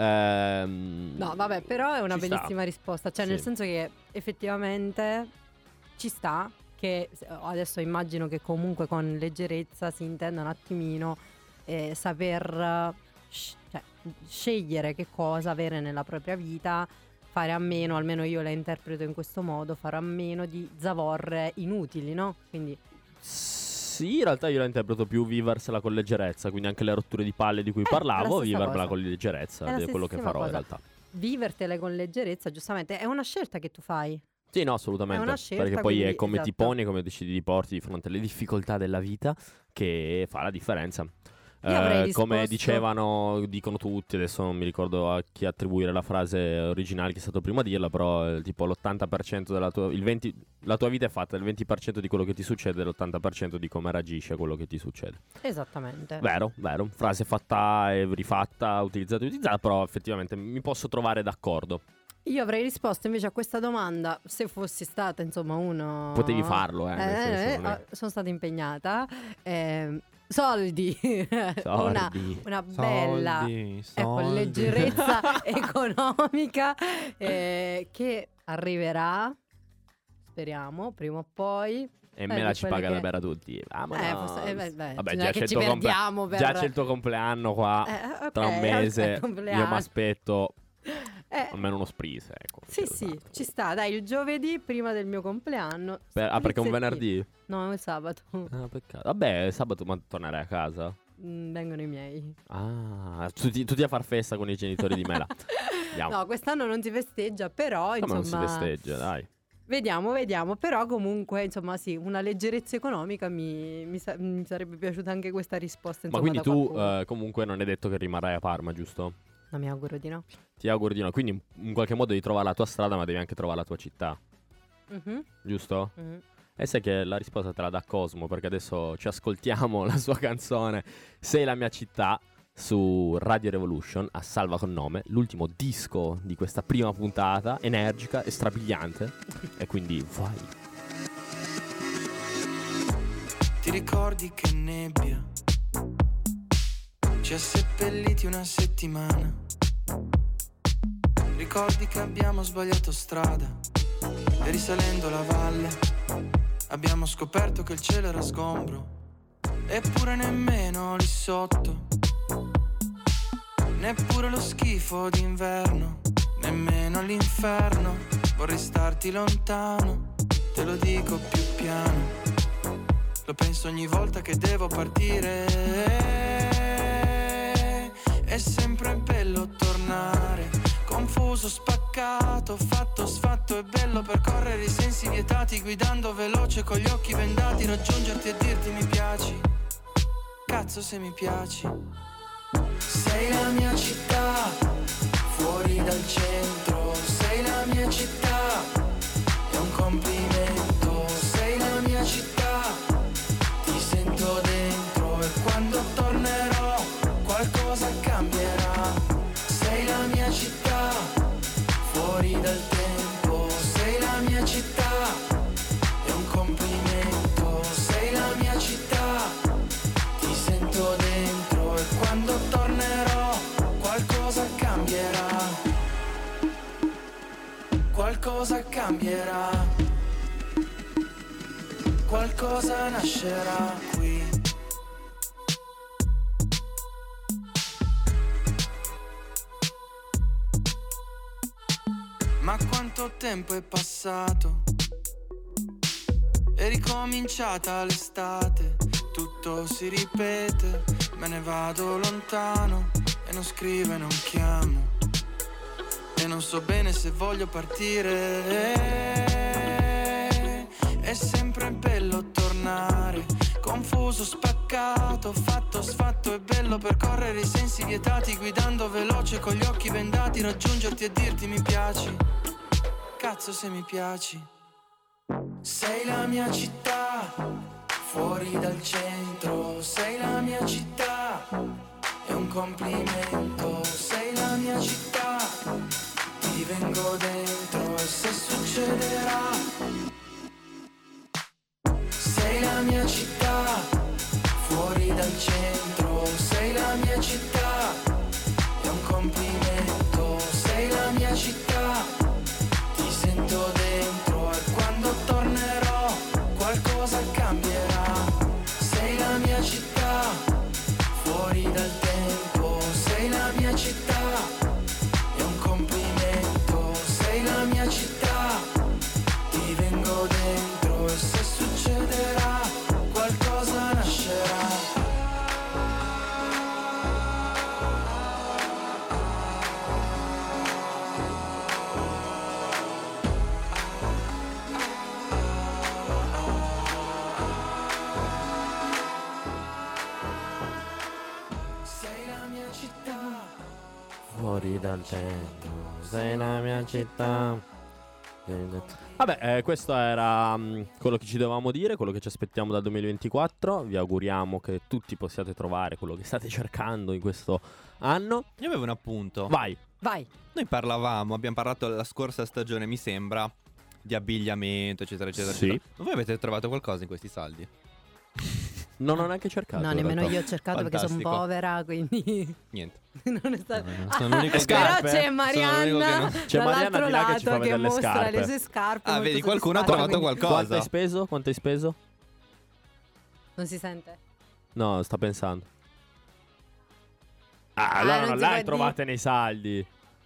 No, vabbè, però è una bellissima risposta. Cioè, nel senso che effettivamente ci sta. Che adesso immagino che comunque con leggerezza si intenda un attimino saper scegliere che cosa avere nella propria vita, fare a meno, almeno io la interpreto in questo modo, fare a meno di zavorre inutili, no? Quindi sì, in realtà io la interpreto più viversela con leggerezza, quindi anche le rotture di palle di cui parlavo, vivermela con leggerezza, è quello che farò in realtà. Vivertele con leggerezza, giustamente, è una scelta che tu fai. Sì, no, assolutamente. Perché poi quindi, è come ti poni, come decidi di porti di fronte alle difficoltà della vita che fa la differenza. Come dicono tutti, adesso non mi ricordo a chi attribuire la frase originale, che è stato prima a dirla, però tipo l'80% della la tua vita è fatta del 20% di quello che ti succede e l'80% di come reagisci a quello che ti succede. Esattamente. Vero, frase fatta e rifatta, utilizzata, però effettivamente mi posso trovare d'accordo. Io avrei risposto invece a questa domanda se fossi stata, insomma, uno... Potevi farlo, sono stata impegnata. Soldi. Una bella leggerezza economica che arriverà, speriamo, prima o poi. E me la ci paga da bere a tutti. Vabbè, già c'è il tuo compleanno qua. Tra un mese io mi aspetto almeno uno sprise, ecco. Sì, ci sta. Dai, il giovedì prima del mio compleanno. Perché è un venerdì? No, è il sabato. Peccato. Vabbè, sabato ma tornerai a casa? Vengono i miei. Tutti a far festa con i genitori di Mela. No, quest'anno non si festeggia, però come insomma non si festeggia, dai. Vediamo, però comunque insomma sì, una leggerezza economica mi sarebbe piaciuta anche questa risposta, insomma. Ma quindi tu comunque non è detto che rimarrai a Parma, giusto? No, mi auguro di no. Ti auguro di no, quindi in qualche modo devi trovare la tua strada, ma devi anche trovare la tua città. Giusto? E sai che la risposta te la dà Cosmo, perché adesso ci ascoltiamo la sua canzone Sei la mia città su Radio Revolution a Salva con nome, l'ultimo disco di questa prima puntata, energica e strabiliante. E quindi vai. Ti ricordi che nebbia ci ha seppelliti una settimana? Ricordi che abbiamo sbagliato strada e risalendo la valle abbiamo scoperto che il cielo era sgombro, eppure nemmeno lì sotto neppure lo schifo d'inverno, nemmeno l'inferno. Vorrei starti lontano, te lo dico più piano. Lo penso ogni volta che devo partire. È sempre bello tornare, confuso, spaccato, fatto, sfatto. È bello percorrere i sensi vietati, guidando veloce con gli occhi vendati, raggiungerti e dirti mi piaci. Cazzo se mi piaci. Sei la mia città, fuori dal centro. Sei la mia città, è un complimento. Sei la mia città, ti sento dentro. E quando tornerò qualcosa cambierà. Sei la mia città, fuori dal tempo. Sei la mia città, è un complimento. Sei la mia città, ti sento dentro. E quando tornerò qualcosa cambierà. Qualcosa cambierà. Qualcosa nascerà qui. Ma quanto tempo è passato? È ricominciata l'estate, tutto si ripete. Me ne vado lontano e non scrivo e non chiamo. E non so bene se voglio partire. È sempre bello tornare, confuso, spaccato, fatto, sfatto. È bello percorrere i sensi vietati, guidando veloce con gli occhi vendati, raggiungerti e dirti mi piaci. Cazzo se mi piaci. Sei la mia città, fuori dal centro. Sei la mia città, è un complimento. Sei la mia città, ti vengo dentro. E se succederà. Sei la mia città, fuori dal centro. Sei la mia città, è un complimento. Sei la mia città, ti sento dentro. E quando tornerò qualcosa cambierà. Sei la mia città, fuori dal tempo. Sei la mia città, è un complimento. Sei la mia città, ti vengo dentro. E se succederà qualcosa nascerà. Sei la mia città, Fuori dal tempo, sei la mia città. Vabbè, questo era quello che ci dovevamo dire, quello che ci aspettiamo dal 2024. Vi auguriamo che tutti possiate trovare quello che state cercando in questo anno. Io avevo un appunto. Vai. Noi abbiamo parlato la scorsa stagione, mi sembra, di abbigliamento, eccetera, eccetera, Sì. eccetera. Voi avete trovato qualcosa in questi saldi? Non ho neanche cercato. No, in nemmeno realtà. io ho cercato perché sono Fantastico. povera, quindi Niente. non è stato. Sono l'unico che- Però Scarpe? c'è Sono Marianna l'unico che non- C'è Marianna dall'altro di là che ci fa lato che vedere le mostra scarpe. le sue scarpe. Ah, molto vedi, qualcuno ha soddisfatta, trovato quindi qualcosa. Quanto hai speso? Quanto hai speso? Non si sente? No, sta pensando. Ah, allora non non si l'hai può trovate nei saldi.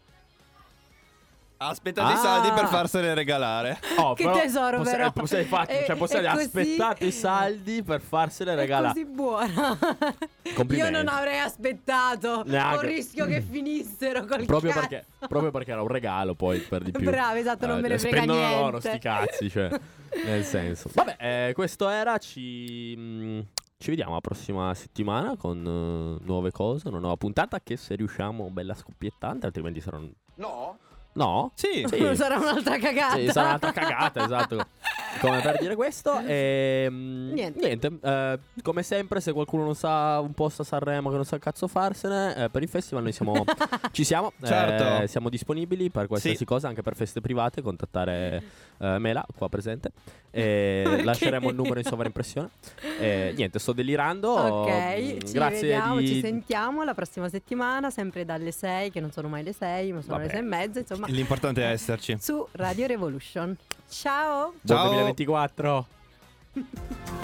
Ha aspettato i saldi per farsene regalare. Oh, Che però tesoro, però. Possiate È così- aspettate i saldi per farsene regalare. È così buona. Complimenti. Io non avrei aspettato. Neanche. Con rischio che finissero col Proprio cazzo. perché era un regalo poi per di più. Bravo, esatto, non me ne frega spendono niente. loro sti cazzi, cioè, nel senso. Vabbè, questo era, ci vediamo la prossima settimana con nuove cose, una nuova puntata che se riusciamo bella scoppiettante, altrimenti saranno... No? No? Sì. Sarà un'altra cagata. Sì, sarà un'altra cagata, esatto. Come per dire questo. Niente. Come sempre, se qualcuno non sa un posto a Sanremo che non sa cazzo farsene, per il festival noi ci siamo. Certo. Siamo disponibili per qualsiasi Sì. cosa, anche per feste private. Contattare Mela, qua presente. Ok. Lasceremo il numero in sovraimpressione. Niente, sto delirando. Ok, ci Grazie vediamo, di... ci sentiamo la prossima settimana, sempre dalle 6, che non sono mai le 6, ma sono Vabbè. le 6 e mezza, insomma, L'importante è esserci. su Radio Revolution. Ciao! Buon Ciao. 2024.